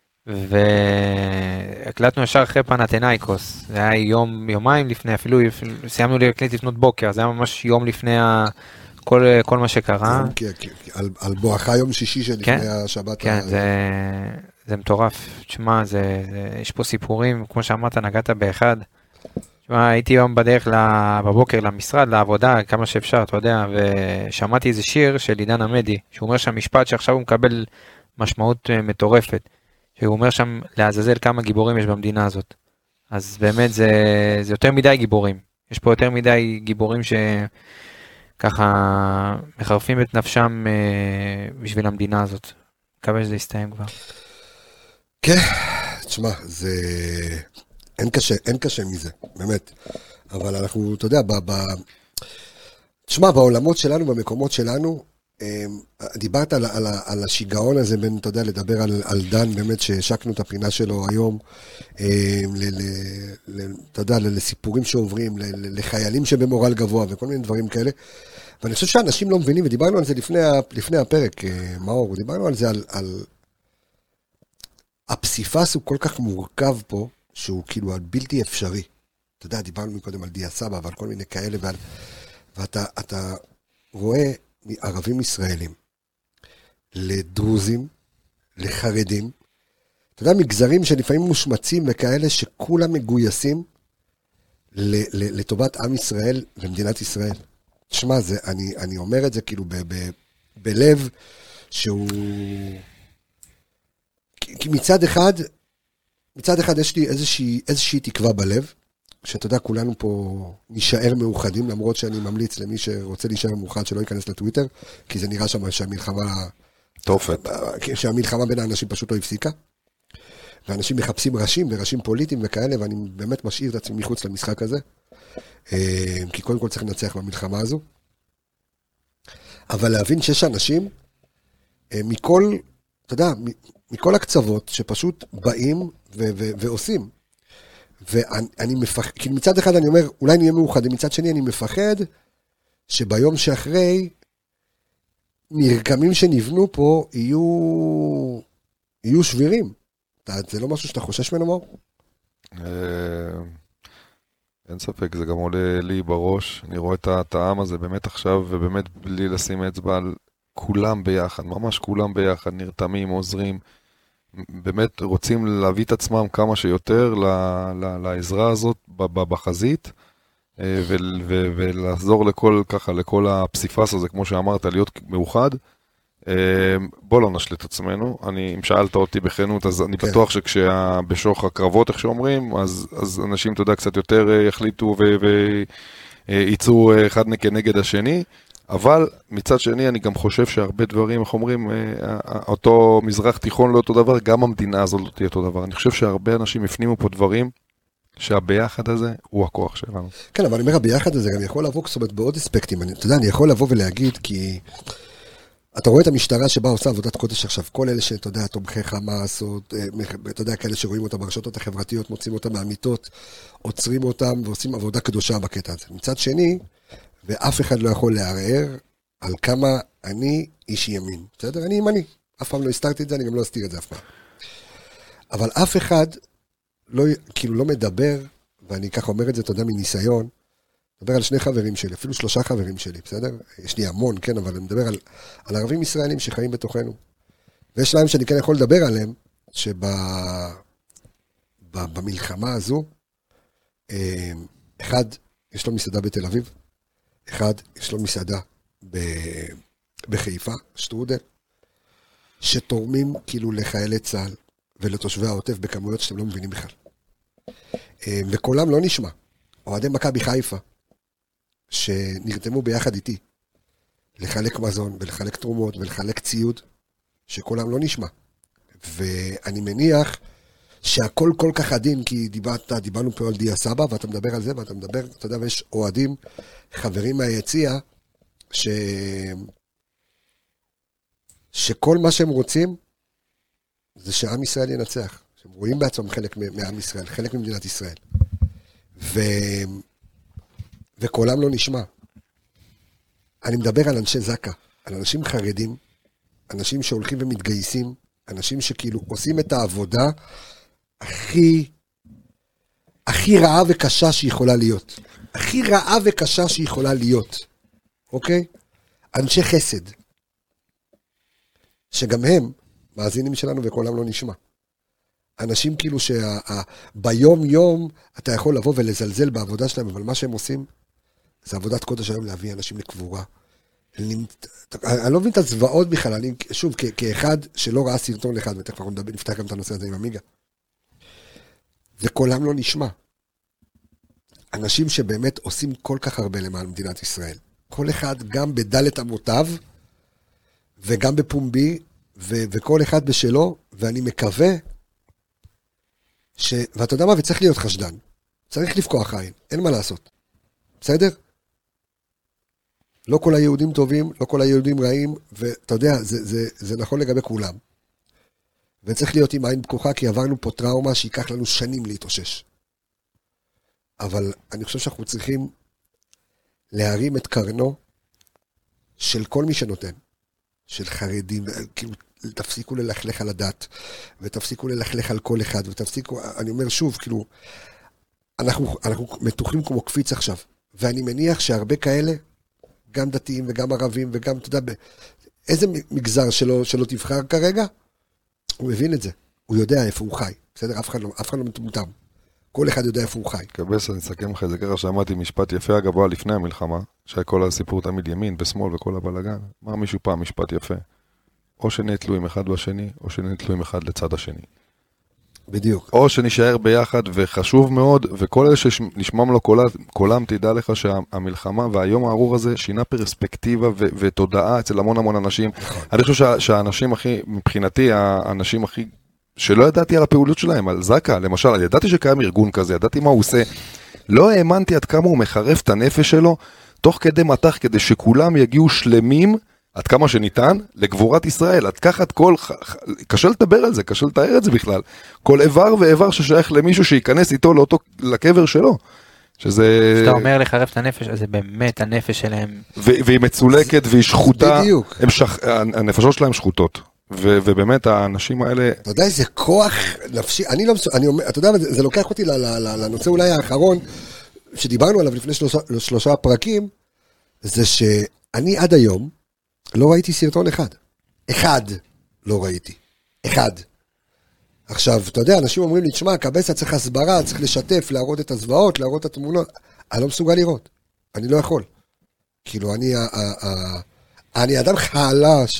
והקלטנו ישר אחרי פנתנאיקוס, זה היה יומיים לפני, אפילו סיימנו להקליט לפנות בוקר, זה היה ממש יום לפני כל מה שקרה. על בואכה יום שישי שלפני השבת. כן, זה מטורף. תשמע, יש פה סיפורים, כמו שאמרת, נגעת באחד. תשמע, הייתי יום בדרך בבוקר למשרד, לעבודה, כמה שאפשר, אתה יודע, ושמעתי איזה שיר של עידן עמדי, שהוא אומר שם משפט שעכשיו הוא מקבל משמעות מטורפת. שהוא אומר שם לעזאזל כמה גיבורים יש במדינה הזאת. אז באמת זה יותר מדי גיבורים. יש פה יותר מדי גיבורים ככה מחרפים את נפשם בשביל המדינה הזאת. מקווה שזה יסתיים כבר. כן, תשמע, זה אין קשה מזה, באמת. אבל אנחנו, אתה יודע, תשמע, בעולמות שלנו, במקומות שלנו, דיברת על השיגעון הזה בין, אתה יודע, לדבר על דן, באמת שהשקנו את הפינה שלו היום, אתה יודע, לסיפורים שעוברים, לחיילים שבמורל גבוה וכל מיני דברים כאלה. ואני חושב שאנשים לא מבינים, ודיברנו על זה לפני הפרק, מאור, דיברנו על זה, על הפסיפס הוא כל כך מורכב פה, שהוא כאילו בלתי אפשרי. אתה יודע, דיברנו מקודם על דיה סבא, ועל כל מיני כאלה, ואתה רואה ערבים ישראלים, לדרוזים, לחרדים, אתה יודע, מגזרים שלפעמים מושמצים וכאלה שכולם מגויסים לטובת עם ישראל ומדינת ישראל. תשמע, אני אומר את זה כאילו בלב שהוא, כי מצד אחד יש לי איזושהי תקווה בלב, שאתה יודע, כולנו פה נשאר מאוחדים, למרות שאני ממליץ למי שרוצה להישאר מאוחד שלא ייכנס לטוויטר, כי זה נראה שם שהמלחמה בין האנשים פשוט לא הפסיקה, ואנשים מחפשים ראשים פוליטיים וכאלה, ואני באמת משאיר את עצמי מחוץ למשחק הזה, כי קודם כל צריך לנצח במלחמה הזו, אבל להבין שיש אנשים מכל, אתה יודע, מכל הקצוות שפשוט באים ועושים, ואני מפחד, כי מצד אחד אני אומר, אולי נהיה מאוחדים, מצד שני אני מפחד שביום שאחרי, מרקמים שנבנו פה יהיו שבירים. זה לא משהו שאתה חושש ממנו, מאור? אין ספק, זה גם עולה לי בראש. אני רואה את העם הזה באמת עכשיו, ובאמת בלי לשים אצבע על כולם ביחד, ממש כולם ביחד, נרתמים, עוזרים, באמת רוצים להביא את עצמם כמה שיותר לעזרה הזאת בחזית, ולעזור לכל הפסיפס הזה, כמו שאמרת, להיות מאוחד. בוא לא נשלה את עצמנו. אם שאלת אותי בכנות, אז אני בטוח שכשבשוך הקרבות, איך שאומרים, אז אנשים, אתה יודע, קצת יותר יחליטו וייצאו אחד כנגד השני, אבל מצד שני אני גם חושב שהרבה דברים, איך אומרים, אותו מזרח תיכון לא אותו דבר, גם המדינה הזו לא תהיה אותו דבר. אני חושב שהרבה אנשים הפנימו פה דברים, שהביחד הזה הוא הכוח שלנו. כן, אבל אני אומר, הביחד הזה גם יכול לבוא, זאת אומרת, בעוד אספקטים. אתה יודע, אני יכול לבוא ולהגיד, כי אתה רואה את המשטרה שבה עושה עבודת קודש עכשיו, כל אלה שאתה יודע, תומכי חמאס, או אתה יודע, כאלה שרואים אותם ברשתות החברתיות, מוצאים אותם מהמיטות, עוצרים אותם ועושים עבודה קדושה בקטע הזה. מצד שני, ואף אחד לא יכול לערער על כמה אני איש ימין. בסדר? אני ימני. אף פעם לא הסתרתי את זה, אני גם לא אסתיר את זה אף פעם. אבל אף אחד לא, כאילו לא מדבר, ואני ככה אומר את זה, אתה יודע, מניסיון, מדבר על 2 חברים שלי, אפילו 3 חברים שלי, בסדר? יש לי המון, כן, אבל אני מדבר על ערבים ישראלים שחיים בתוכנו. ויש להם שאני כן יכול לדבר עליהם, שבמלחמה הזו, אחד, יש לו מסעדה בתל אביב, אחד, יש לו מסעדה בחיפה, שטרודל, שתורמים כאילו לחיילי צה"ל ולתושבי העוטף בכמויות שאתם לא מבינים בכלל. וקולם לא נשמע. אוהדי מכבי חיפה, שנרתמו ביחד איתי, לחלק מזון ולחלק תרומות ולחלק ציוד, שקולם לא נשמע. ואני מניח שהכל כל כך עדין, כי דיברנו פה על דיה סבא, ואתה מדבר על זה, ואתה מדבר, אתה יודע, ויש אוהדים, חברים מהיציע, שכל מה שהם רוצים, זה שעם ישראל ינצח. שהם רואים בעצמם חלק מעם ישראל, חלק ממדינת ישראל. וקולם לא נשמע. אני מדבר על אנשי זקה, על אנשים חרדים, אנשים שהולכים ומתגייסים, אנשים שכאילו עושים את העבודה הכי רעה וקשה שיכולה להיות. הכי רעה וקשה שיכולה להיות. אוקיי? אנשי חסד. שגם הם מאזינים שלנו וקולם לא נשמע. אנשים כאילו שביום יום אתה יכול לבוא ולזלזל בעבודה שלהם, אבל מה שהם עושים זה עבודת קודש היום להביא אנשים לקבורה. אני לא מבין את הזוועות בכלל, אני שוב כאחד שלא ראה סרטון אחד, ותכף אנחנו נפתח גם את הנושא הזה עם אמיגה. וקולם לא נשמע. אנשים שבאמת עושים כל כך הרבה למען מדינת ישראל. כל אחד גם בדלת אמותיו, וגם בפומבי, וכל אחד בשלו, ואני מקווה, ואתה יודע מה, וצריך להיות חשדן. צריך לפקוח עין, אין מה לעשות. בסדר? לא כל היהודים טובים, לא כל היהודים רעים, ואתה יודע, זה נכון לגבי כולם. וצריך להיות עם עין פקוחה, כי עברנו פה טראומה שיקח לנו שנים להתאושש. אבל אני חושב שאנחנו צריכים להרים את קרנו של כל מי שנותן, של חרדים, כאילו תפסיקו ללכלך על הדת, ותפסיקו ללכלך על כל אחד, ותפסיקו, אני אומר שוב, כאילו, אנחנו מתוחים כמו קפיץ עכשיו, ואני מניח שהרבה כאלה, גם דתיים וגם ערבים, וגם, אתה יודע, איזה מגזר שלא תבחר כרגע, הוא מבין את זה, הוא יודע איפה הוא חי, בסדר? אף אחד לא מטומטם. כל אחד יודע איפה הוא חי. קבס, אני אסכם לך, זה ככה שאמרתי משפט יפה הגבוה לפני המלחמה, שהיה כל הסיפור תמיד ימין ושמאל וכל הבלגן. אמר מישהו פעם משפט יפה. או שנהיה תלויים אחד בשני, או שנהיה תלויים אחד לצד השני. בדיוק. או שנשאר ביחד, וחשוב מאוד, וכל אלה שנשמע לו קולם, תדע לך שהמלחמה והיום הארור הזה שינה פרספקטיבה ותודעה אצל המון אנשים. אני חושב שהאנשים הכי, מבחינתי, האנשים הכי שלא ידעתי על הפעולות שלהם, על זקה, למשל, ידעתי שקיים ארגון כזה, ידעתי מה הוא עושה, לא האמנתי עד כמה הוא מחרף את הנפש שלו, תוך כדי מתח, כדי שכולם יגיעו שלמים, עד כמה שניתן, לגבורת ישראל, עד ככה את כל, קשה לדבר על זה, קשה לתאר את זה בכלל, כל איבר ואיבר ששייך למישהו שיכנס איתו לקבר שלו, שזה... כשאתה אומר לחרף את הנפש, אז זה באמת הנפש שלהם. והיא מצולקת והיא שחוטה, בדיוק. הנפשות שלהם שחוטות. ובאמת האנשים האלה... אתה יודע איזה כוח נפשי, אני אומר, אתה יודע, זה לוקח אותי לנושא אולי האחרון, שדיברנו עליו לפני 3 פרקים, זה שאני עד היום לא ראיתי סרטון אחד. אחד לא ראיתי. אחד. עכשיו, אתה יודע, אנשים אומרים לי, תשמע, קבסה צריך הסברה, צריך לשתף, להראות את הזוועות, להראות את התמונות. אני לא מסוגל לראות. אני לא יכול. כאילו, אני אדם חלש.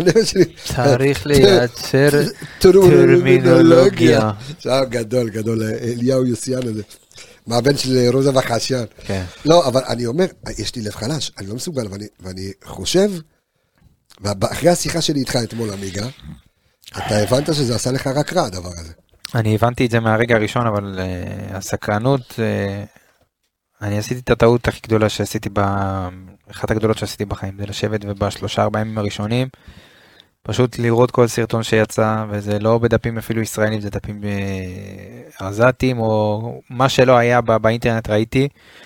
צריך לייצר טרמינולוגיה. גדול, אליהו יוסיאן הזה. מהבן של רוזה וחשיין. כן. לא, אבל אני אומר, יש לי לב חלש, אני לא מסוגל, ואני חושב, אחרי השיחה שלי איתך אתמול, עמיגה, אתה הבנת שזה עשה לך רק רע, הדבר הזה. אני הבנתי את זה מהרגע הראשון, אבל הסקרנות, אני עשיתי את הטעות הכי גדולה שעשיתי, אחת הגדולות שעשיתי בחיים, זה לשבת וב3-4 ימים הראשונים, פשוט לראות כל סרטון שיצא, וזה לא בדפים אפילו ישראלים, זה דפים עזתיים, או מה שלא היה באינטרנט ראיתי,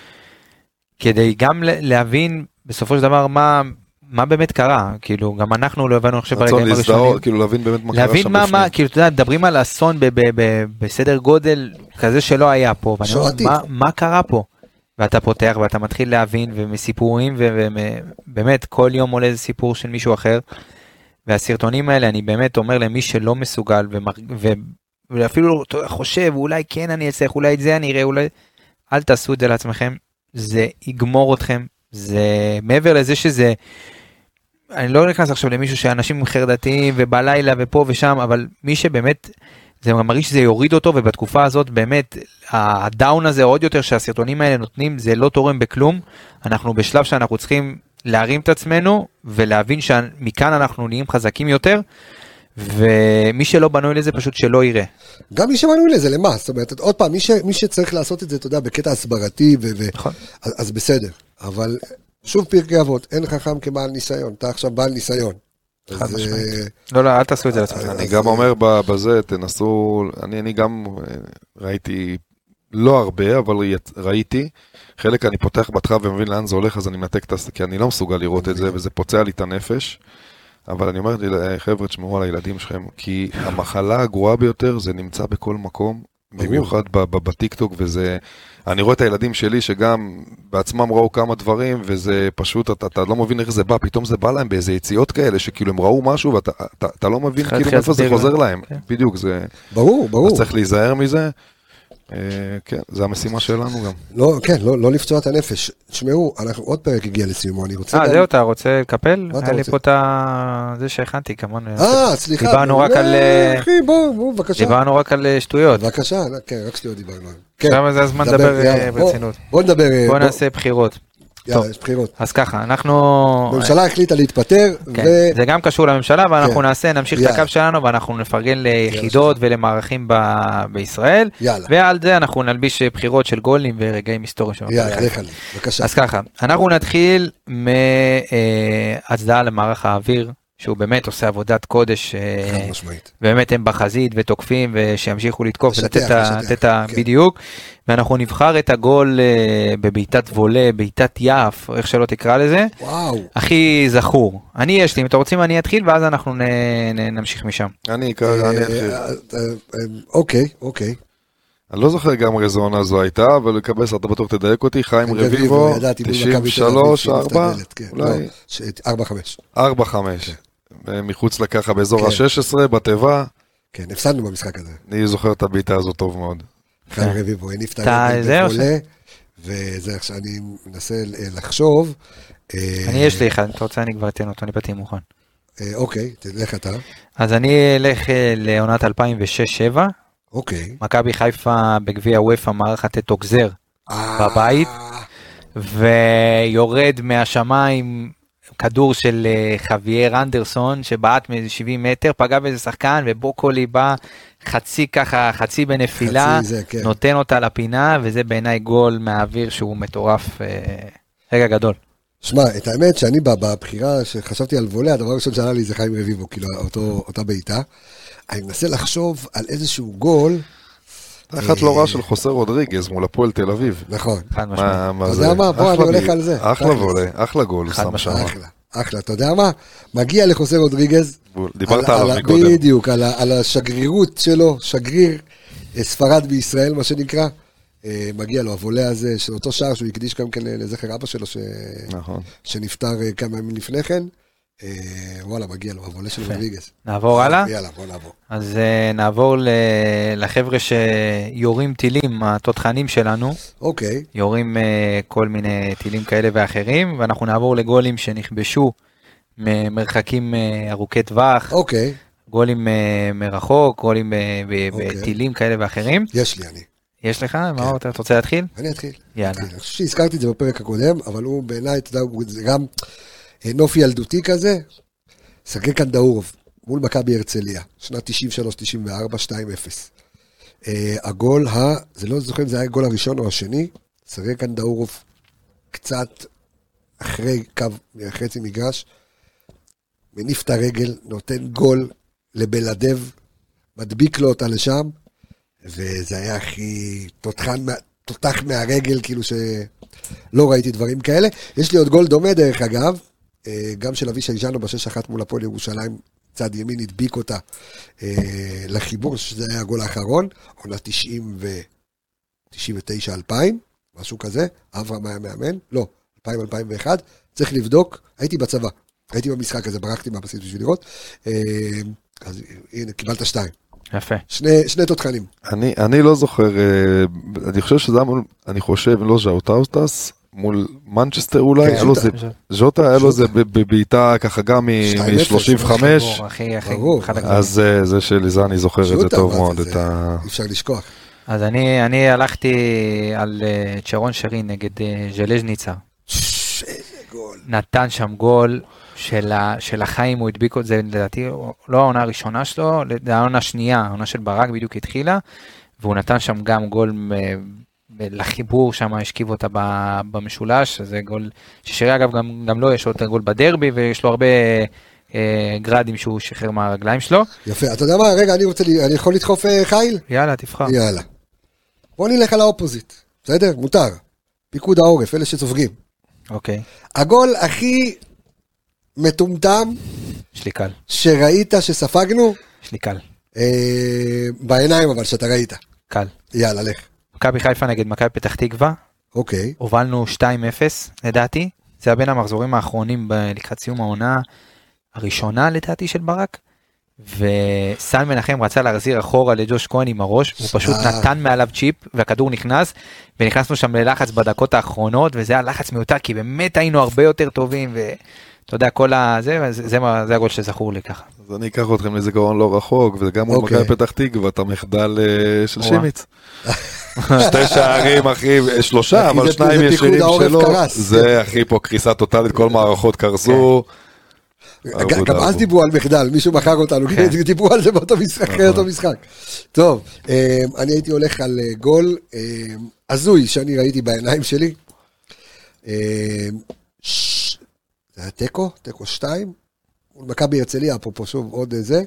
כדי גם להבין בסופו של דבר מה באמת קרה, כאילו גם אנחנו לא הבנו עכשיו ברגעים הראשונים, כאילו להבין באמת מה קרה שם להבין מה, כאילו אתה יודע, מדברים על אסון בסדר גודל כזה שלא היה פה, ואני אומר, מה קרה פה? ואתה פותח ואתה מתחיל להבין, ומסיפורים, ובאמת כל יום עולה איזה סיפור של מישהו אחר, והסרטונים האלה, אני באמת אומר למי שלא מסוגל, ואפילו חושב, אולי כן אני אצליח, אולי את זה אני אראה, אולי, אל תעשו את זה לעצמכם, זה יגמור אתכם, זה מעבר לזה שזה, אני לא נכנס עכשיו למישהו שאנשים חרדתיים, ובלילה ופה ושם, אבל מי שבאמת, זה מרגיש שזה יוריד אותו, ובתקופה הזאת באמת, הדאון הזה עוד יותר שהסרטונים האלה נותנים, זה לא תורם בכלום, אנחנו בשלב שאנחנו צריכים להרים את עצמנו, ולהבין שמכאן אנחנו נהיים חזקים יותר, ומי שלא בנוי לזה פשוט שלא יראה. גם מי שבנוי לזה, למה? זאת אומרת, עוד פעם, מי שצריך לעשות את זה, אתה יודע, בקטע הסברתי, נכון. אז בסדר. אבל שוב פרקי אבות, אין חכם כבעל ניסיון, אתה עכשיו בעל ניסיון. חד משמעית. לא, אל תעשו את זה לעצמכם. אני גם אומר בזה, תנסו, אני גם ראיתי, לא הרבה, אבל ראיתי, חלק אני פותח בתחילה ומבין לאן זה הולך, אז אני מנתק את זה, כי אני לא מסוגל לראות את זה, וזה פוצע לי את הנפש, אבל אני אומר לי, חבר'ה, תשמעו על הילדים שלכם, כי המחלה הגרועה ביותר, זה נמצא בכל מקום, במיוחד בטיקטוק, וזה, אני רואה את הילדים שלי, שגם בעצמם ראו כמה דברים, וזה פשוט, אתה לא מבין איך זה בא, פתאום זה בא להם באיזה יציאות כאלה, שכאילו הם ראו משהו, ואתה לא מבין כאילו איפה זה חוזר להם, בדיוק, זה, ברור. אז צריך להיזהר מזה, כן, זה המשימה שלנו גם. לא, כן, לא לפצוע את הנפש. תשמעו, אנחנו עוד פרק הגיע לסיומו, אני רוצה... זהו, אתה רוצה לקפל? היה לי פה את זה שהכנתי, כמון. סליחה. דיברנו רק על... אחי, בוא, בבקשה. דיברנו רק על שטויות. בבקשה, כן, רק שטויות דיברנו. עכשיו זה הזמן לדבר ברצינות. בוא נדבר... בוא נעשה בחירות. יאללה, יש בחירות. אז ככה, אנחנו... הממשלה החליטה להתפטר, זה גם קשור לממשלה, ואנחנו נמשיך את הקו שלנו, ואנחנו נפרגן ליחידות ולמערכים בישראל, ועל זה אנחנו נלביש בחירות של גולים ורגעים היסטוריים. יאללה, בבקשה. אז ככה, אנחנו נתחיל מהצדעה למערך האוויר, שהוא באמת עושה עבודת קודש, באמת הם בחזית ותוקפים, ושימשיכו לתקוף ולתת בדיוק, ואנחנו נבחר את הגול בביתת וולה, ביתת יף, איך שלא תקרא לזה, הכי זכור. יש לי, אם אתם רוצים אני אתחיל, ואז אנחנו נמשיך משם. אני אתחיל. אוקיי. אני לא זוכר גם רזונה זו הייתה, אבל לקבס, אתה בטוח תדייק אותי, חיים רביבו, 93, 4, אולי? 4-5. מחוץ לככה באזור ה-16, בטבע. כן, הפסדנו במשחק הזה. אני זוכר את הביטה הזאת טוב מאוד. חיים רביבו, הניף את הגול בבולה, וזה עכשיו אני מנסה לחשוב. יש לי אחד, אתה רוצה אני כבר אתן אותו, אני באתי מוכן. אוקיי, תלך אתה. אז אני אלך לעונת 2006-2007. אוקיי. מכבי חיפה בגביע וופא מערכת את אוגזר בבית, ויורד מהשמיים כדור של חוויאר אנדרסון, שבעט מאיזה 70 מטר, פגע באיזה שחקן, ובוקולי בא חצי בנפילה, נותן אותה לפינה, וזה בעיניי גול מהאוויר שהוא מטורף, רגע גדול. שמע, את האמת שאני בבחירה שחשבתי על וולה, הדבר הראשון שעלה לי זה חיים רביבו, כאילו אותה בעיטה. אני מנסה לחשוב על איזשהו גול. אחת לא רע של חוסר רודריגז מול הפועל תל אביב. נכון. חד משמעית. אתה יודע מה? בוא אני הולך על זה. אחלה וולה, אחלה גול. אחלה, אתה יודע מה? מגיע לחוסר רודריגז. דיברת עליו מקודם. בדיוק, על השגרירות שלו, שגריר ספרד בישראל, מה שנקרא. מגיע לו הוולה הזה, של אותו שער שהוא הקדיש גם כן לזכר אבא שלו, שנפטר כמה ימים לפני כן. וואלה, מגיע לו, הוולה של רודריגז. נעבור הלאה? יאללה, בוא נעבור. אז נעבור לחבר'ה שיורים טילים, התותחנים שלנו. אוקיי. יורים כל מיני טילים כאלה ואחרים, ואנחנו נעבור לגולים שנכבשו ממרחקים ארוכי טווח. אוקיי. גולים מרחוק, גולים בטילים כאלה ואחרים. יש לי אני. יש לך? מאור, אתה רוצה להתחיל? אני אתחיל. יאללה. אני חושב שהזכרתי את זה בפרק הקודם, אבל הוא בעיניי, אתה יודע, זה גם נוף ילדותי כזה, סרגי קנדאורוב, מול מכבי הרצליה, שנת 93-94, 2-0. הגול, זה לא זוכר אם זה היה הגול הראשון או השני, סרגי קנדאורוב קצת אחרי קו, חצי מגרש, מניף את הרגל, נותן גול לבלדב, מדביק לו אותה לשם, וזה היה הכי תותח מהרגל, כאילו שלא ראיתי דברים כאלה. יש לי עוד גול דומה דרך אגב, גם של אבישי ז'אנו ב6-1 מול הפועל ירושלים, צד ימין הדביק אותה לחיבור, שזה היה הגול האחרון, עונה 99-2000, משהו כזה, אברהם היה מאמן, לא, 2000-2001, צריך לבדוק, הייתי בצבא, הייתי במשחק הזה, ברקתי מהבסיס בשביל לראות, אז הנה, קיבלת 2. יפה. שני תותחנים. אני לא זוכר, אני חושב שזה אני חושב, לא ז'אוטאוסטס, מול מנצ'סטר אולי, ז'וטה היה לו זה בביתה ככה גם מ-35, אז זה שלי, זה אני זוכר את זה טוב מאוד. אי אפשר לשכוח. אז אני הלכתי על צ'רון שרי נגד ז'לז'ניצה. נתן שם גול של החיים, הוא הדביק את זה, לדעתי, לא העונה הראשונה שלו, העונה השנייה, העונה של ברק בדיוק התחילה, והוא נתן שם גם גול לחיבור, שם השכיב אותה במשולש, זה גול ששרי אגב גם לא, יש לו את הגול בדרבי, ויש לו הרבה גרדים שהוא שחרר מהרגליים שלו. יפה, אתה יודע מה, רגע, אני יכול לדחוף חייל? יאללה, תבחר. יאללה. בוא נלך על האופוזיט, בסדר? מותר. פיקוד העורף, אלה שסופגים. אוקיי. הגול הכי מטומטם שליקל. שראית שספגנו? שליקל. בעיניים אבל שאתה ראית. קל. יאללה, לך. מכבי חיפה נגד מכבי פתח תקווה. אוקיי. הובלנו 2-0 לדעתי. זה היה בין המחזורים האחרונים לקראת סיום העונה הראשונה לדעתי של ברק. וסן מנחם רצה להחזיר אחורה לג'וש כהן עם הראש, הוא פשוט נתן מעליו צ'יפ והכדור נכנס, ונכנסנו שם ללחץ בדקות האחרונות, וזה היה לחץ מיותר, כי באמת היינו הרבה יותר טובים, ואתה יודע, כל זה הגול שזכור לי ככה. אז אני אקח אתכם לזיכרון לא רחוק, וגם מול מכבי פתח תקווה, את המחדל של שימיץ. 2 שערים, אחי, 3, אבל 2 ישירים שלו, זה הכי פה קריסה טוטלית, כל מערכות קרסו. גם אז דיברו על מחדל, מישהו מכר אותנו, דיברו על זה באותו משחק, אחרי אותו משחק. טוב, אני הייתי הולך על גול הזוי שאני ראיתי בעיניים שלי. זה היה טקו 2, מכבי הרצליה, אפרופו שוב עוד זה.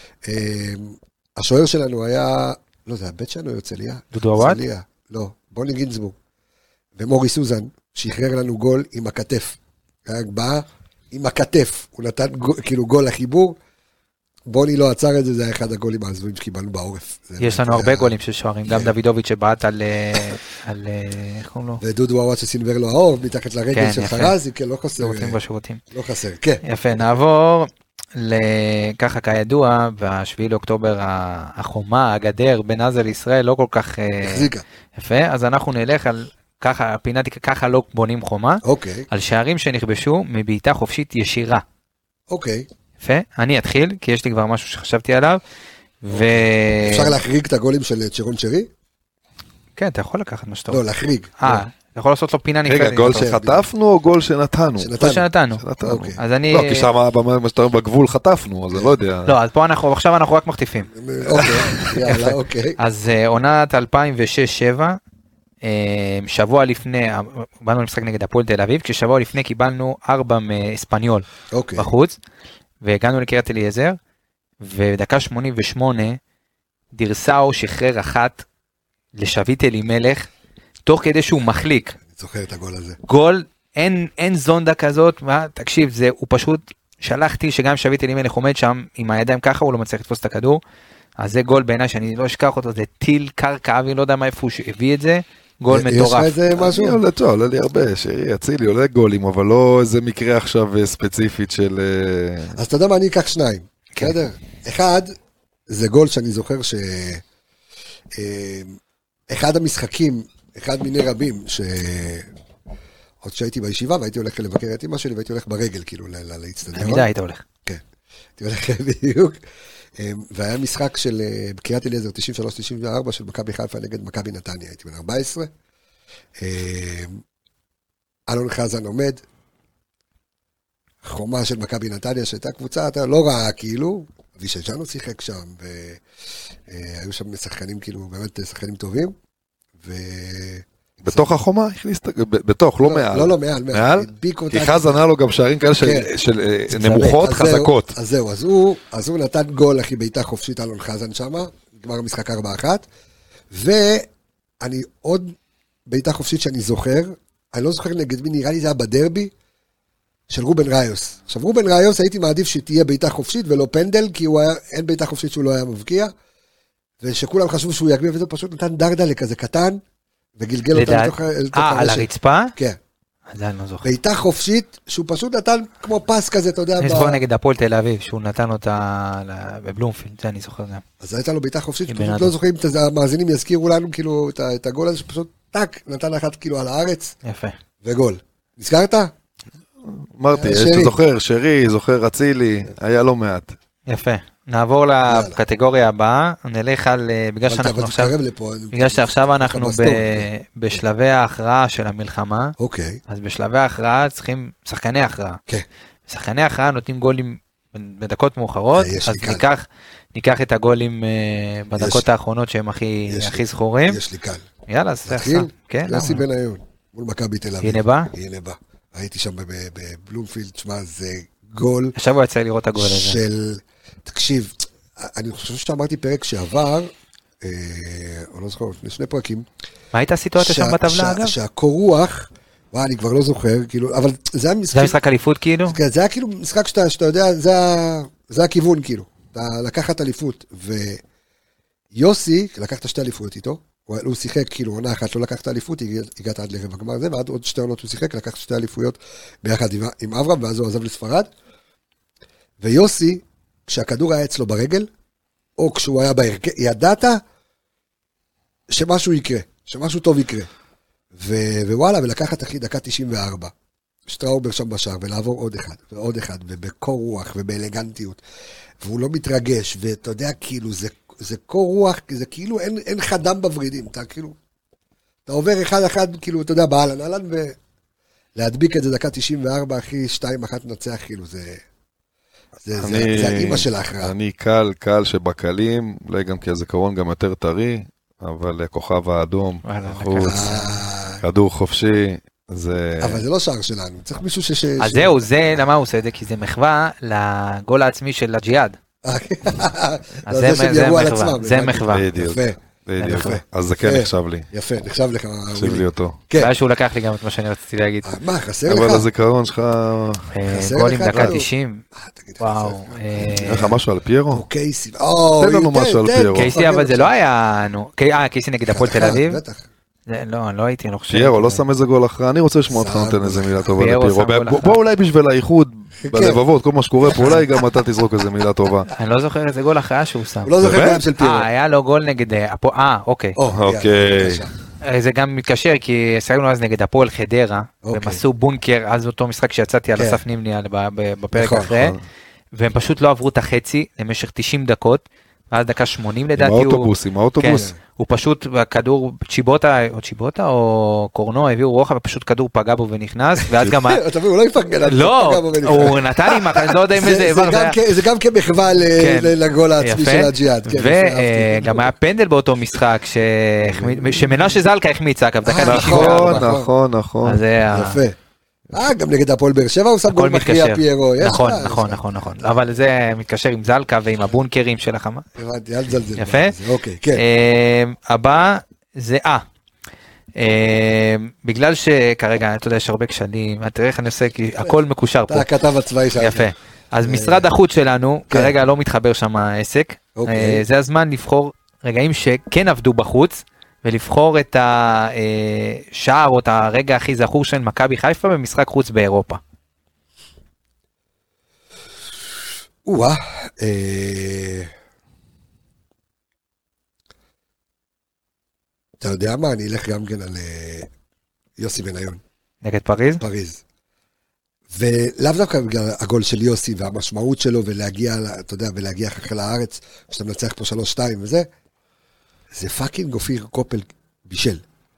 השוער שלנו היה, לא זה הבית שלנו הרצליה. דודו עווד? לא, בוני גינזבורג. ומורי סוזן, שחרר לנו גול עם הכתף. היה בא עם הכתף, הוא נתן כאילו גול לחיבור, בוני לא עצר את זה, זה היה אחד הגולים העזובים שקיבלנו בעורף. יש לנו הרבה גולים של שוערים, גם דוידוביץ' שבעט על, איך קוראים לו? ודודו עווד שסינבר לו האור, מתחת לרגל של חרזי, כן, לא חסר. בשירותים. לא חסר, כן. יפה, נעבור ככה כידוע, ב7 לאוקטובר החומה, הגדר בין עזה לישראל, לא כל כך החזיקה. יפה, אז אנחנו נלך על ככה, פינתי, ככה לא בונים חומה, על שערים שנכבשו מבעיטה חופשית ישירה. אוקיי. יפה, אני אתחיל, כי יש לי כבר משהו שחשבתי עליו, אפשר להחריג את הגולים של צ'רון שרי? כן, אתה יכול לקחת מה שאתה רוצה. לא, להחריג. אתה יכול לעשות לו פינה נפרדת. רגע, גול שחטפנו או גול שנתנו? גול שנתנו. אז אני... לא, כי שם בגבול חטפנו, אז אני לא יודע. לא, אז פה עכשיו אנחנו רק מחטיפים. אוקיי, יאללה, אוקיי. אז עונת 2006-2007, שבוע לפני, באנו למשחק נגד הפועל תל אביב, כששבוע לפני קיבלנו 4 מאספניול בחוץ, והגענו לקריית אליעזר, ודקה 88, דירסאו שחרר אחת לשביט אלימלך, תוך כדי שהוא מחליק. אני זוכר את הגול הזה. גול, אין זונדה כזאת, תקשיב, הוא פשוט, שלחתי שגם שביט אלימלך עומד שם, עם הידיים ככה, הוא לא מצליח לתפוס את הכדור, אז זה גול בעיניי שאני לא אשכח אותו, זה טיל קרקע, אני לא יודע מה איפה הוא הביא את זה, גול מטורף. יש לך איזה משהו? עולה לי הרבה, שיצילי, עולה גולים, אבל לא איזה מקרה עכשיו ספציפית של... אז אתה יודע מה, אני אקח 2, בסדר? אחד, זה גול שאני זוכר ש... אחד המשחקים, אחד מיני רבים, עוד שהייתי בישיבה, והייתי הולך לבקר את אמא שלי, והייתי הולך ברגל, כאילו, להצטדיון. תמידה היית הולך. כן. הייתי הולך בדיוק. והיה משחק של בקריית אליעזר, 93-94 של מכבי חיפה נגד מכבי נתניה, הייתי בן 14. אלון חזן עומד, חומה של מכבי נתניה, שהייתה קבוצה, אתה לא ראה כאילו, אבישי ז'אנו שיחק שם, והיו שם שחקנים כאילו, באמת שחקנים טובים, בתוך החומה? בתוך, לא מעל. לא, מעל. כי חזן היה לו גם שערים כאלה של נמוכות, חזקות. אז זהו, אז הוא נתן גול, אחי, בעיטה חופשית אלון חזן שם, נגמר המשחק 4-1, ואני עוד בעיטה חופשית שאני זוכר, אני לא זוכר נגד מי, נראה לי זה היה בדרבי, של רובן ראיוס. עכשיו, רובן ראיוס הייתי מעדיף שתהיה בעיטה חופשית ולא פנדל, כי אין בעיטה חופשית שהוא לא היה מבקיע, ושכולם חשבו שהוא יגביע, וזה פשוט נתן דרדלה כזה קטן, וגלגל אותה לתוך הרשת. על הרצפה? כן. אז אני לא זוכר. בעיטה חופשית, שהוא פשוט נתן כמו פס כזה, אתה יודע. אני זוכר נגד הפועל תל אביב, שהוא נתן אותה בבלומפילד, זה אני זוכר גם. אז הייתה לו בעיטה חופשית, פשוט לא זוכרים, המאזינים יזכירו לנו כאילו את הגול הזה, שפשוט טק, נתן אחת כאילו על הארץ. יפה. וגול. נזכרת? אמרתי, זוכר שרי, זוכר אצילי, היה לא מעט. יפה. נעבור לקטגוריה הבאה, נלך על, בגלל שעכשיו אנחנו בשלבי ההכרעה של המלחמה, אז בשלבי ההכרעה צריכים שחקני הכרעה. שחקני הכרעה נותנים גולים בדקות מאוחרות, אז ניקח את הגולים בדקות האחרונות שהם הכי זכורים. יש לי קל. יאללה, נתחיל? יוסי בניון, מול מכבי תל אביב. הנה בא. הייתי שם בבלומפילד, שמה זה גול. עכשיו הוא יצא לראות את הגול הזה. של... תקשיב, אני חושב שאמרתי פרק שעבר, אני לא זוכר, לפני 2 פרקים. מה הייתה הסיטואציה שם בטבלה אגב? שהקור רוח, אני כבר לא זוכר, כאילו, אבל זה היה משחק... זה משחק אליפות כאילו? כן, זה היה כאילו משחק שאתה יודע, זה הכיוון כאילו, אתה לקחת אליפות, ויוסי לקח את 2 אליפויות איתו, הוא שיחק כאילו עונה אחת, לא לקח את האליפות, הגעת עד לרבע גמר זה, ועד עוד 2 עונות הוא שיחק, לקח 2 אליפויות ביחד עם אברהם, ואז הוא עזב לספרד, ויוסי, כשהכדור היה אצלו ברגל, או כשהוא היה בהרכב, ידעת שמשהו יקרה, שמשהו טוב יקרה. ווואלה, ולקחת אחי דקה 94, שטראובר שם בשער, ולעבור עוד אחד, ועוד אחד, ובקור רוח, ובאלגנטיות, והוא לא מתרגש, ואתה יודע, כאילו, זה קור רוח, זה כאילו, אין חדם בוורידים, אתה כאילו, אתה עובר אחד, כאילו, אתה יודע, באלן, ולהדביק את זה דקה 94, אחי, 2-1 נצח, כאילו, זה האימא של ההכרעה. אני קל שבקלים, אולי גם כי הזיכרון גם יותר טרי, אבל כוכב האדום, חוץ, כדור חופשי, זה... אבל זה לא שער שלנו, צריך מישהו אז זהו, זה, למה הוא עושה את זה? כי זה מחווה לגול העצמי של הג'יהאד. אז זה מחווה. בדיוק. אז זה כן נחשב לי. יפה, נחשב לך. נחשב לי אותו. ואז שהוא לקח לי גם את מה שאני רציתי להגיד. מה, חסר לך? אבל הזיכרון שלך... גול עם דקה 90. וואו. אין לך משהו על פיירו? קייסי. תן לנו משהו על פיירו. קייסי, אבל זה לא היה... קייסי נגד הפועל תל אביב. לא, לא הייתי, אני לא חושב. פיירו, לא שם איזה גול אחרי, אני רוצה לשמוע אותך נותן איזה מילה טובה לפיירו. בוא אולי בשביל האיחוד, בלבבות, כל מה שקורה פה, אולי גם אתה תזרוק איזה מילה טובה. אני לא זוכר איזה גול אחרי שהוא שם. הוא לא זוכר גול של פיירו. היה לו גול נגד... אוקיי. זה גם מתקשר, כי עשינו אז נגד הפועל חדרה, והם עשו בונקר, אז אותו משחק שיצאתי על אסף נימני בפרק אחרי, והם פשוט לא עברו את החצי למשך 90 דקות, ואז דקה 80 לדעתי. עם האוטובוס. הוא פשוט, הכדור, צ'יבוטה או קורנו, הביאו רוחב, ופשוט כדור פגע בו ונכנס, ואז גם... הוא לא יפגע. לא, הוא נתן עם, אני לא יודע אם איזה... זה גם כמחווה לגול העצמי של הג'יהאד. וגם היה פנדל באותו משחק, שמנשה זלקה החמיץ, אגב, דקה 90. נכון. יפה. גם נגד הפועל באר שבע הוא שם גול מכריע פיירו. נכון. אבל זה מתקשר עם זלקה ועם הבונקרים של החמה. הבנתי, אל תזלזל. יפה. אוקיי, כן. הבא זה בגלל שכרגע, אתה יודע, יש הרבה כשלים, תראה איך אני עושה, כי הכל מקושר פה. אתה הכתב הצבאי שלנו. יפה. אז משרד החוץ שלנו, כרגע לא מתחבר שם העסק. זה הזמן לבחור רגעים שכן עבדו בחוץ, ולבחור את השער או את הרגע הכי זכור של מכבי חיפה במשחק חוץ באירופה. אתה יודע מה? אני אלך גם כן על יוסי בניון. נגד פריז? פריז. ולאו דווקא בגלל הגול של יוסי והמשמעות שלו, ולהגיע, אתה יודע, ולהגיע אחר לארץ, כשאתה מנצח פה 3-2 וזה, זה פאקינג אופיר קופל בישל.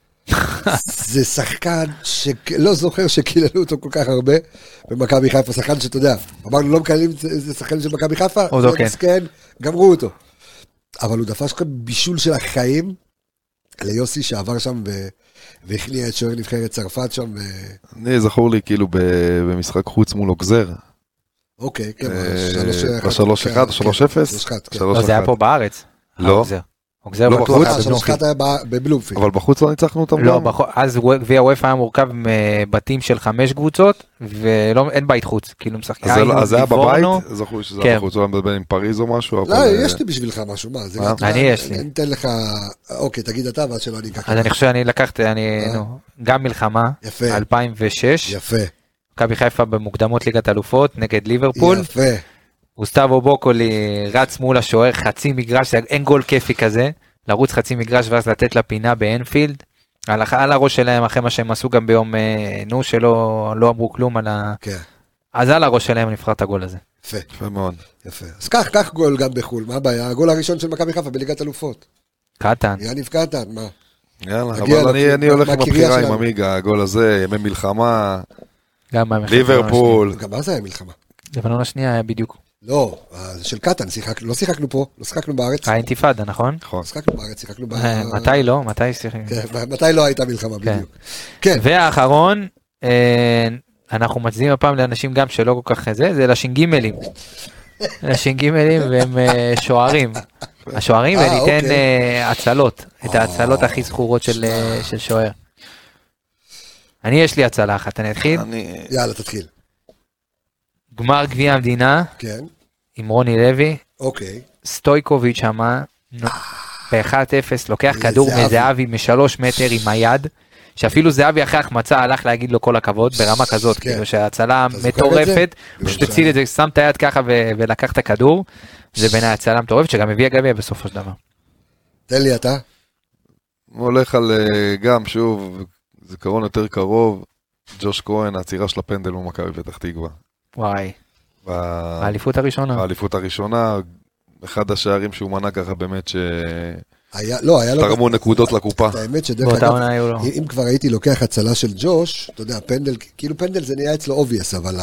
זה שחקן שלא זוכר שקיללו אותו כל כך הרבה במכבי חיפה, שחקן שאתה יודע, אמרנו לא מקללים, זה שחקן של מכבי חיפה, זה מסכן, גמרו אותו. אבל הוא דפש כאן בישול של החיים ליוסי שעבר שם והכניע את שוער נבחרת צרפת שם. אני זכור לי כאילו במשחק חוץ מול אוגזר. אוקיי, כן, 3-1 או 3-0? זה היה פה בארץ. לא. אוגזר בחוץ. 3-1 היה בבלומפילד. אבל בחוץ לא ניצחנו אותם? לא, אז גביע וופא היה מורכב מבתים של 5 קבוצות, ואין בית חוץ. אז זה היה בבית? זכור לי שזה היה בחוץ, הוא היה מדבר עם פריז או משהו? לא, יש לי בשבילך משהו, מה? אני יש לי. אני אתן לך, אוקיי, תגיד אתה, ואז שלא אני אקח. אז אני חושב שאני לקחתי, גם מלחמה, 2006. יפה. מכבי חיפה במוקדמות ליגת אלופות, נגד ליברפול. יפה. גוסטבו בוקולי רץ מול השוער חצי מגרש, אין גול כיפי כזה, לרוץ חצי מגרש ואז לתת לפינה באנפילד, על הראש שלהם אחרי מה שהם עשו גם ביום שלא אמרו כלום על אז על הראש שלהם נבחר את הגול הזה. יפה. יפה מאוד. יפה. אז כך גול גם בחול, מה הבעיה? הגול הראשון של מכבי חיפה בליגת אלופות. קטן. יניב קטן, מה? יאללה, אבל אני הולך עם הבחירה עם עמיגה, הגול הזה, ימי מלחמה, ליברפול. גם מה זה היה מלחמה? לבנון השנייה היה בדיוק. לא, זה של קטן, לא שיחקנו פה, לא שיחקנו בארץ. האינתיפאדה, נכון? שיחקנו בארץ, שיחקנו מתי לא? מתי לא הייתה מלחמה בדיוק. והאחרון, אנחנו מצדיעים הפעם לאנשים גם שלא כל כך זה לשינגימלים. לשינגימלים והם שוערים. השוערים וניתן הצלות, את ההצלות הכי זכורות של שוער. יש לי הצלה אחת, אני אתחיל? יאללה, תתחיל. גמר גביע המדינה, כן. עם רוני לוי, אוקיי. סטויקוביץ' שמה, ב-1-0 לוקח כדור מזהבי מ3 מטר עם היד, שאפילו זהבי אחרי החמצה הלך להגיד לו כל הכבוד, ברמה כזאת, כאילו שההצלה מטורפת, הוא פשוט הציל את זה, שם את היד ככה ולקח את הכדור, זה בין ההצלה מטורפת, שגם הביא הגביע בסופו של דבר. תן לי אתה. הוא הולך על גם, שוב, זיכרון יותר קרוב, ג'וש כהן, העצירה של הפנדל במכבי פתח תקווה. וואי. האליפות הראשונה. האליפות הראשונה, אחד השערים שהוא מנע ככה באמת תרמו נקודות לקופה. האמת שדרך אגב, אם כבר הייתי לוקח הצלה של ג'וש, אתה יודע, פנדל, כאילו פנדל זה נהיה אצלו אובייס, אבל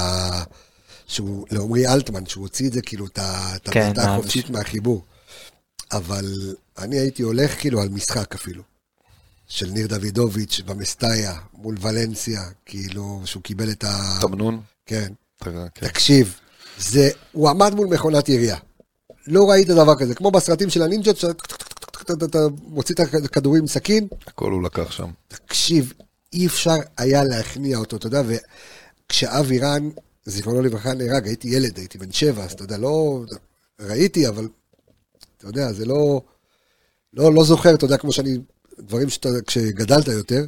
לעומרי אלטמן, שהוא הוציא את זה כאילו את הבעיטה החופשית מהחיבור. אבל אני הייתי הולך כאילו על משחק אפילו, של ניר דוידוביץ' במסטאיה, מול ולנסיה, כאילו שהוא קיבל את תמנון? כן. תקשיב, הוא עמד מול מכונת ירייה. לא ראית דבר כזה, כמו בסרטים של הנינג'ות, שאתה מוציא את הכדורים עם סכין. הכל הוא לקח שם. תקשיב, אי אפשר היה להכניע אותו, אתה יודע, וכשאבי רן, זיכרונו לברכה נהרג, הייתי ילד, הייתי בן 7, אז אתה יודע, לא ראיתי, אבל אתה יודע, זה לא זוכר, אתה יודע, כמו שאני, דברים כשגדלת יותר,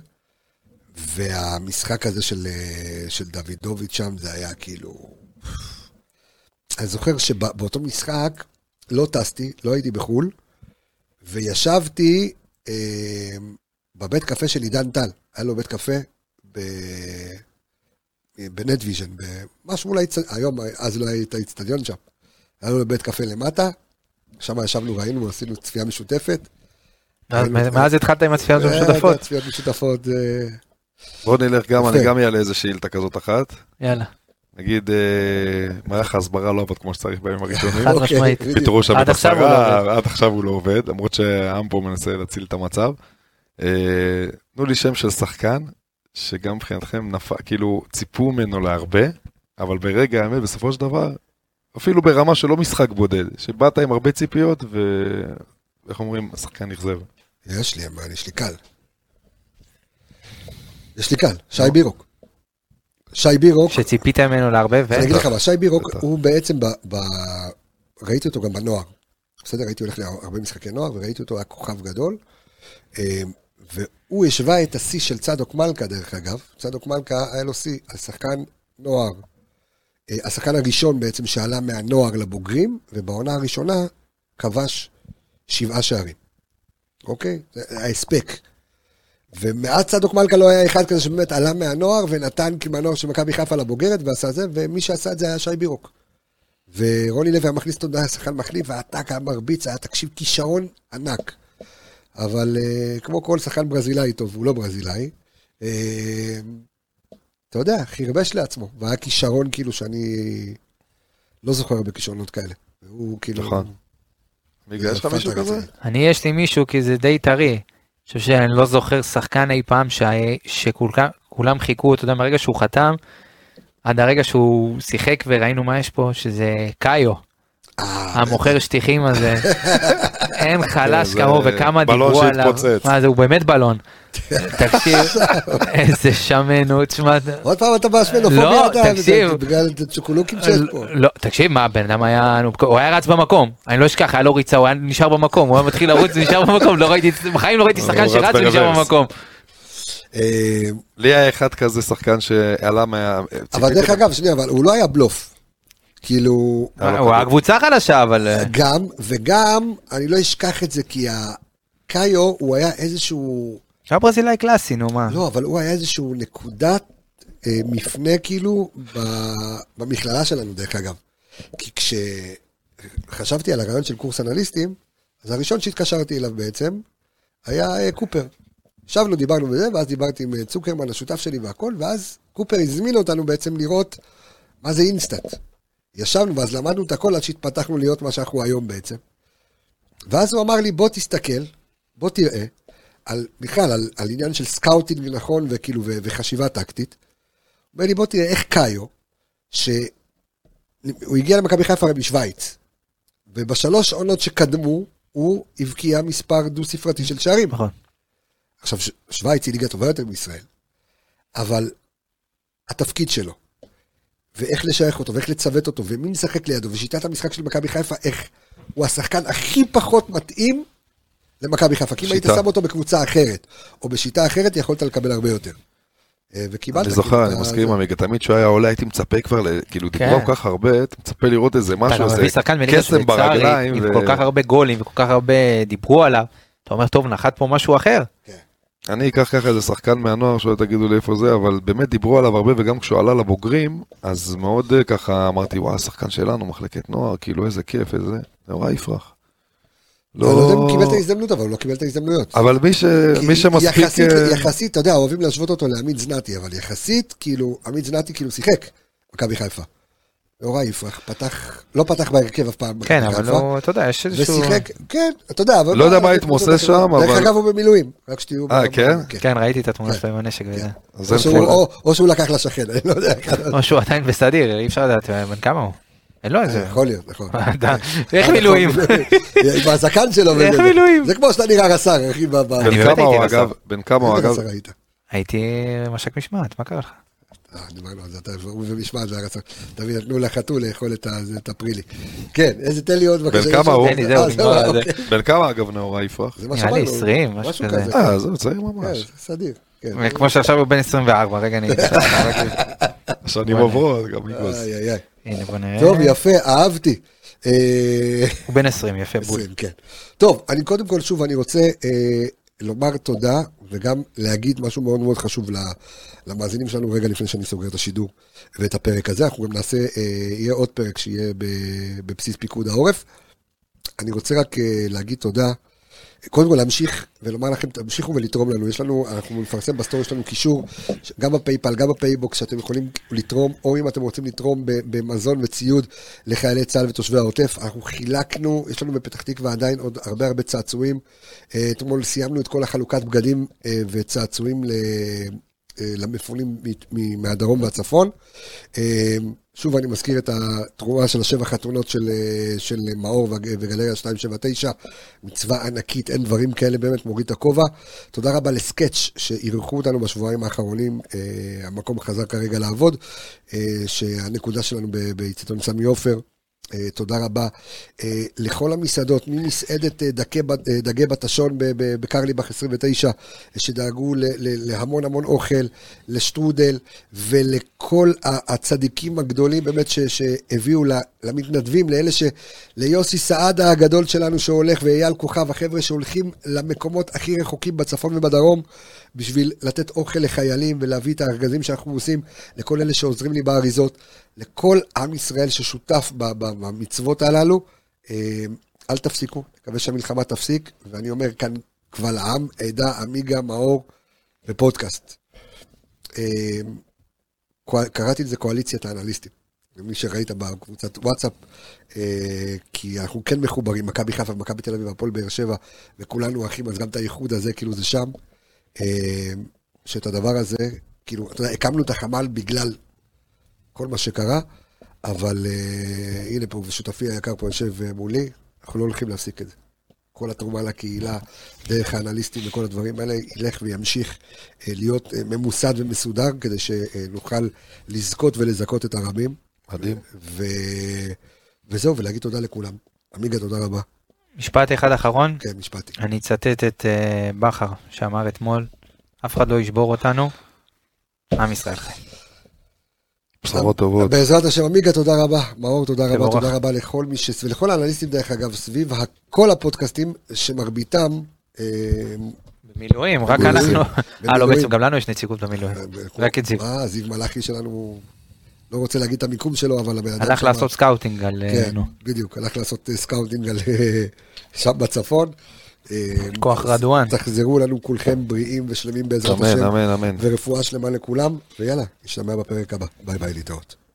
והמשחק הזה של דוידוביץ' שם, זה היה כאילו... אני זוכר שבאותו משחק לא טסתי, לא הייתי בחול, וישבתי בבית קפה של עידן טל. היה לו בית קפה בנטוויז'ן, משהו אולי, היום, אז לא הייתה אצטדיון שם. היה לו בית קפה למטה, שם ישבנו, ראינו, עשינו צפייה משותפת. מאז התחלת עם הצפיות המשותפות? צפיות משותפות. בוא נלך גם, אני גם אעלה איזה שאילתה כזאת אחת. יאללה. נגיד, מערך ההסברה לא עבד כמו שצריך בימים הראשונים. חד משמעית. פיתרו שם את השרה, עד עכשיו הוא לא עובד, למרות שהעם פה מנסה להציל את המצב. תנו לי שם של שחקן, שגם מבחינתכם כאילו ציפו ממנו להרבה, אבל ברגע האמת, בסופו של דבר, אפילו ברמה שלא משחק בודד, שבאת עם הרבה ציפיות, ואיך אומרים, השחקן נכזב. יש לי קל. שי בירוק. שי בירוק. שציפית ממנו להרבה אני אגיד לך מה, שי בירוק הוא בעצם, ראיתי אותו גם בנוער. בסדר, הייתי הולך להרבה משחקי נוער, וראיתי אותו, היה כוכב גדול. והוא השווה את השיא של צדוק מלכה, דרך אגב. צדוק מלכה היה לו שיא על שחקן נוער. השחקן הראשון בעצם שעלה מהנוער לבוגרים, ובעונה הראשונה כבש 7 שערים. אוקיי? זה ההספק. ומאז צדוק מלכה לא היה אחד כזה שבאמת עלה מהנוער, ונתן מהנוער של מכבי חיפה לבוגרת, ועשה זה, ומי שעשה את זה היה שי בירוק. ורוני לוי היה מכניס אותו, היה שחקן מחליף, והעתק היה מרביץ, היה תקשיב כישרון ענק. אבל כמו כל שחקן ברזילאי טוב, הוא לא ברזילאי, אתה יודע, חרבש לעצמו, והיה כישרון כאילו שאני לא זוכר הרבה כישרונות כאלה. והוא כאילו... נכון. יש לך מישהו כזה? יש לי מישהו כי זה די טרי. אני חושב שאני לא זוכר שחקן אי פעם שכולם חיכו, אתה יודע, מהרגע שהוא חתם, עד הרגע שהוא שיחק וראינו מה יש פה, שזה קאיו. המוכר שטיחים הזה. אין חלש כמוהו וכמה דיברו עליו. מה זה, הוא באמת בלון. תקשיב, איזה שמנו, תשמע. עוד פעם אתה באשמנופוביה, לא, תקשיב. בגלל צ'וקולוקים שיש פה. לא, תקשיב, מה, בן אדם היה, הוא היה רץ במקום, אני לא אשכח, היה לו ריצה, הוא היה נשאר במקום, הוא היה מתחיל לרוץ, נשאר במקום, בחיים לא ראיתי שחקן שרץ ונשאר במקום. לי היה אחד כזה שחקן שעלה מה... אבל דרך אגב, שנייה, אבל הוא לא היה בלוף. כאילו... הוא היה קבוצה חלשה, אבל... וגם, אני לא אשכח את זה, כי הקאיו, הוא היה איזשהו... היה ברזילאי קלאסי, נו מה. לא, אבל הוא היה איזשהו נקודת מפנה, כאילו, במכללה שלנו, דרך אגב. כי כשחשבתי על הרעיון של קורס אנליסטים, אז הראשון שהתקשרתי אליו בעצם, היה קופר. ישבנו, דיברנו בזה, ואז דיברתי עם צוקרמן, השותף שלי והכל, ואז קופר הזמין אותנו בעצם לראות מה זה אינסטאט. ישבנו, ואז למדנו את הכל, עד שהתפתחנו להיות מה שאנחנו היום בעצם. ואז הוא אמר לי, בוא תסתכל, בוא תראה, בכלל, על עניין של סקאוטינג נכון, וכאילו, וחשיבה טקטית. הוא אומר לי, בוא תראה איך קאיו, שהוא הגיע למכבי חיפה בשוויץ, ובשלוש עונות שקדמו, הוא הבקיע מספר דו-ספרתי של שערים. נכון. עכשיו, שוויץ היא ליגה טובה יותר מישראל, אבל התפקיד שלו, ואיך לשייך אותו, ואיך לצוות אותו, ומי משחק לידו, ושיטת המשחק של מכבי חיפה, איך הוא השחקן הכי פחות מתאים למכבי חיפה. כי אם היית שם אותו בקבוצה אחרת, או בשיטה אחרת, יכולת לקבל הרבה יותר. וקיבלת... אני זוכר, אני מסכים עם עמיגה, תמיד שהוא היה עולה, הייתי מצפה כבר, כאילו דיברו כל כך הרבה, אתה מצפה לראות איזה משהו, איזה קסם ברגליים. עם כל כך הרבה גולים, וכל כך הרבה דיברו עליו, אתה אומר, טוב, נחת פה משהו אחר. אני אקח ככה איזה שחקן מהנוער, שלא תגידו לי איפה זה, אבל באמת דיברו עליו הרבה, וגם כשהוא עלה לבוגרים, אז מאוד ככה אמרתי, וואו, השחקן שלנו, מחלקת נוער, כאילו איזה כיף, איזה, זה נורא יפרח. לא יודע אם קיבל את ההזדמנות, אבל הוא לא קיבל את ההזדמנויות. אבל מי שמספיק... יחסית, אתה יודע, אוהבים להשוות אותו לעמית זנתי, אבל יחסית, כאילו, עמית זנתי כאילו שיחק, מכבי חיפה. נורא יפרח, לא פתח בהרכב אף פעם. כן, אבל לא, אתה יודע, יש איזשהו... ושיחק, כן, אתה יודע, אבל... לא יודע מה התמוסס שם, אבל... דרך אגב הוא במילואים, רק שתהיו... כן? כן, ראיתי את התמונה שלו עם הנשק וזה. או שהוא לקח לשכן, אני לא יודע. או שהוא עדיין בסדיר, אי אפשר לדעת בן כמה הוא. אין לו איזה... יכול להיות, נכון. איך מילואים? עם הזקן שלו. איך מילואים? זה כמו שאתה נראה רס"ר, אחי. בן כמה הוא אגב? הייתי משק משמעת, מה קרה לך? דיברנו על זה, הוא במשמעת זה הרצון. תבין, נתנו לחתול לאכול את הפרילי. כן, תן לי עוד בקשה. בן כמה הוא? בן כמה אגב נאורה יפרח? נראה לי 20, משהו כזה. זהו, צעיר ממש. סדיר. כמו שעכשיו הוא בן 24, רגע אני... השנים עוברות, גם מיגוס. הנה בוא נראה. טוב, יפה, אהבתי. הוא בן 20, יפה בול. 20, כן. טוב, אני קודם כל שוב, אני רוצה לומר תודה, וגם להגיד משהו מאוד מאוד חשוב למאזינים שלנו, רגע לפני שאני סוגר את השידור ואת הפרק הזה. אנחנו גם נעשה, יהיה עוד פרק שיהיה בבסיס פיקוד העורף. אני רוצה רק להגיד תודה, קודם כל להמשיך ולומר לכם, תמשיכו ולתרום לנו, אנחנו נפרסם בסטורי שלנו קישור, גם בפייפל, גם בפייבוקס, שאתם יכולים לתרום, או אם אתם רוצים לתרום במזון וציוד לחיילי צה"ל ותושבי העוטף, אנחנו חילקנו, יש לנו בפתח תקווה עדיין עוד הרבה צעצועים, אתמול סיימנו את כל החלוקת בגדים וצעצועים למפונים מהדרום והצפון, שוב אני מזכיר את התרומה של 7 חתונות של מאור וגלריה 279, מצווה ענקית, אין דברים כאלה, באמת מוריד את הכובע. תודה רבה לסקץ' שאירחו אותנו בשבועיים האחרונים, המקום חזר כרגע לעבוד, שהנקודה שלנו באצטדיון סמי עופר, תודה רבה. לכל המסעדות, ממסעדת דגי בתשון בקרליבך 29, שדאגו להמון המון אוכל, לשטרודל, ולכל הצדיקים הגדולים באמת שהביאו למתנדבים, ליוסי סעדה הגדול שלנו שהולך, ואייל כוכב, החבר'ה שהולכים למקומות הכי רחוקים בצפון ובדרום, בשביל לתת אוכל לחיילים ולהביא את הארגזים שאנחנו עושים, לכל אלה שעוזרים לי באריזות, לכל עם ישראל ששותף במצוות הללו, אל תפסיקו, מקווה שהמלחמה תפסיק, ואני אומר כאן קבל עם, עדה, עמיגה, מאור ופודקאסט. קראתי לזה קואליציית האנליסטים, מי שראית בקבוצת וואטסאפ, כי אנחנו כן מחוברים, מכבי חיפה ומכבי תל אביב והפועל באר שבע, וכולנו אחים, אז גם את הייחוד הזה, כאילו זה שם, שאת הדבר הזה, כאילו, אתה יודע, הקמנו את החמ"ל בגלל כל מה שקרה, אבל הנה פה, ושותפי היקר פה יושב מולי, אנחנו לא הולכים להפסיק את זה. כל התרומה לקהילה, דרך האנליסטים וכל הדברים האלה, ילך וימשיך להיות ממוסד ומסודר, כדי שנוכל לזכות ולזכות את הרבים. מדהים. וזהו, ולהגיד תודה לכולם. עמיגה, תודה רבה. משפט אחד אחרון. כן, משפטי. אני אצטט את בכר, שאמר אתמול, אף אחד לא ישבור אותנו, עם ישראל חי. בשורות טובות. בעזרת השם, עמיגה, תודה רבה. מאור, תודה רבה. תודה רבה לכל מי ולכל האנליסטים, דרך אגב, סביב כל הפודקאסטים, שמרביתם במילואים, רק אנחנו, לא בעצם, גם לנו יש נציגות במילואים. רק את זיו. זיו מלאכי שלנו, לא רוצה להגיד את המיקום שלו, אבל הלך לעשות סקאוטינג על... כן, בדיוק, הלך לעשות סקאוטינג על שם בצפון. כוח רדואן. תחזרו לנו כולכם בריאים ושלמים בעזרת השם. אמן, אמן, אמן. ורפואה שלמה לכולם, ויאללה, נשתמע בפרק הבא. ביי ביי, להתראות.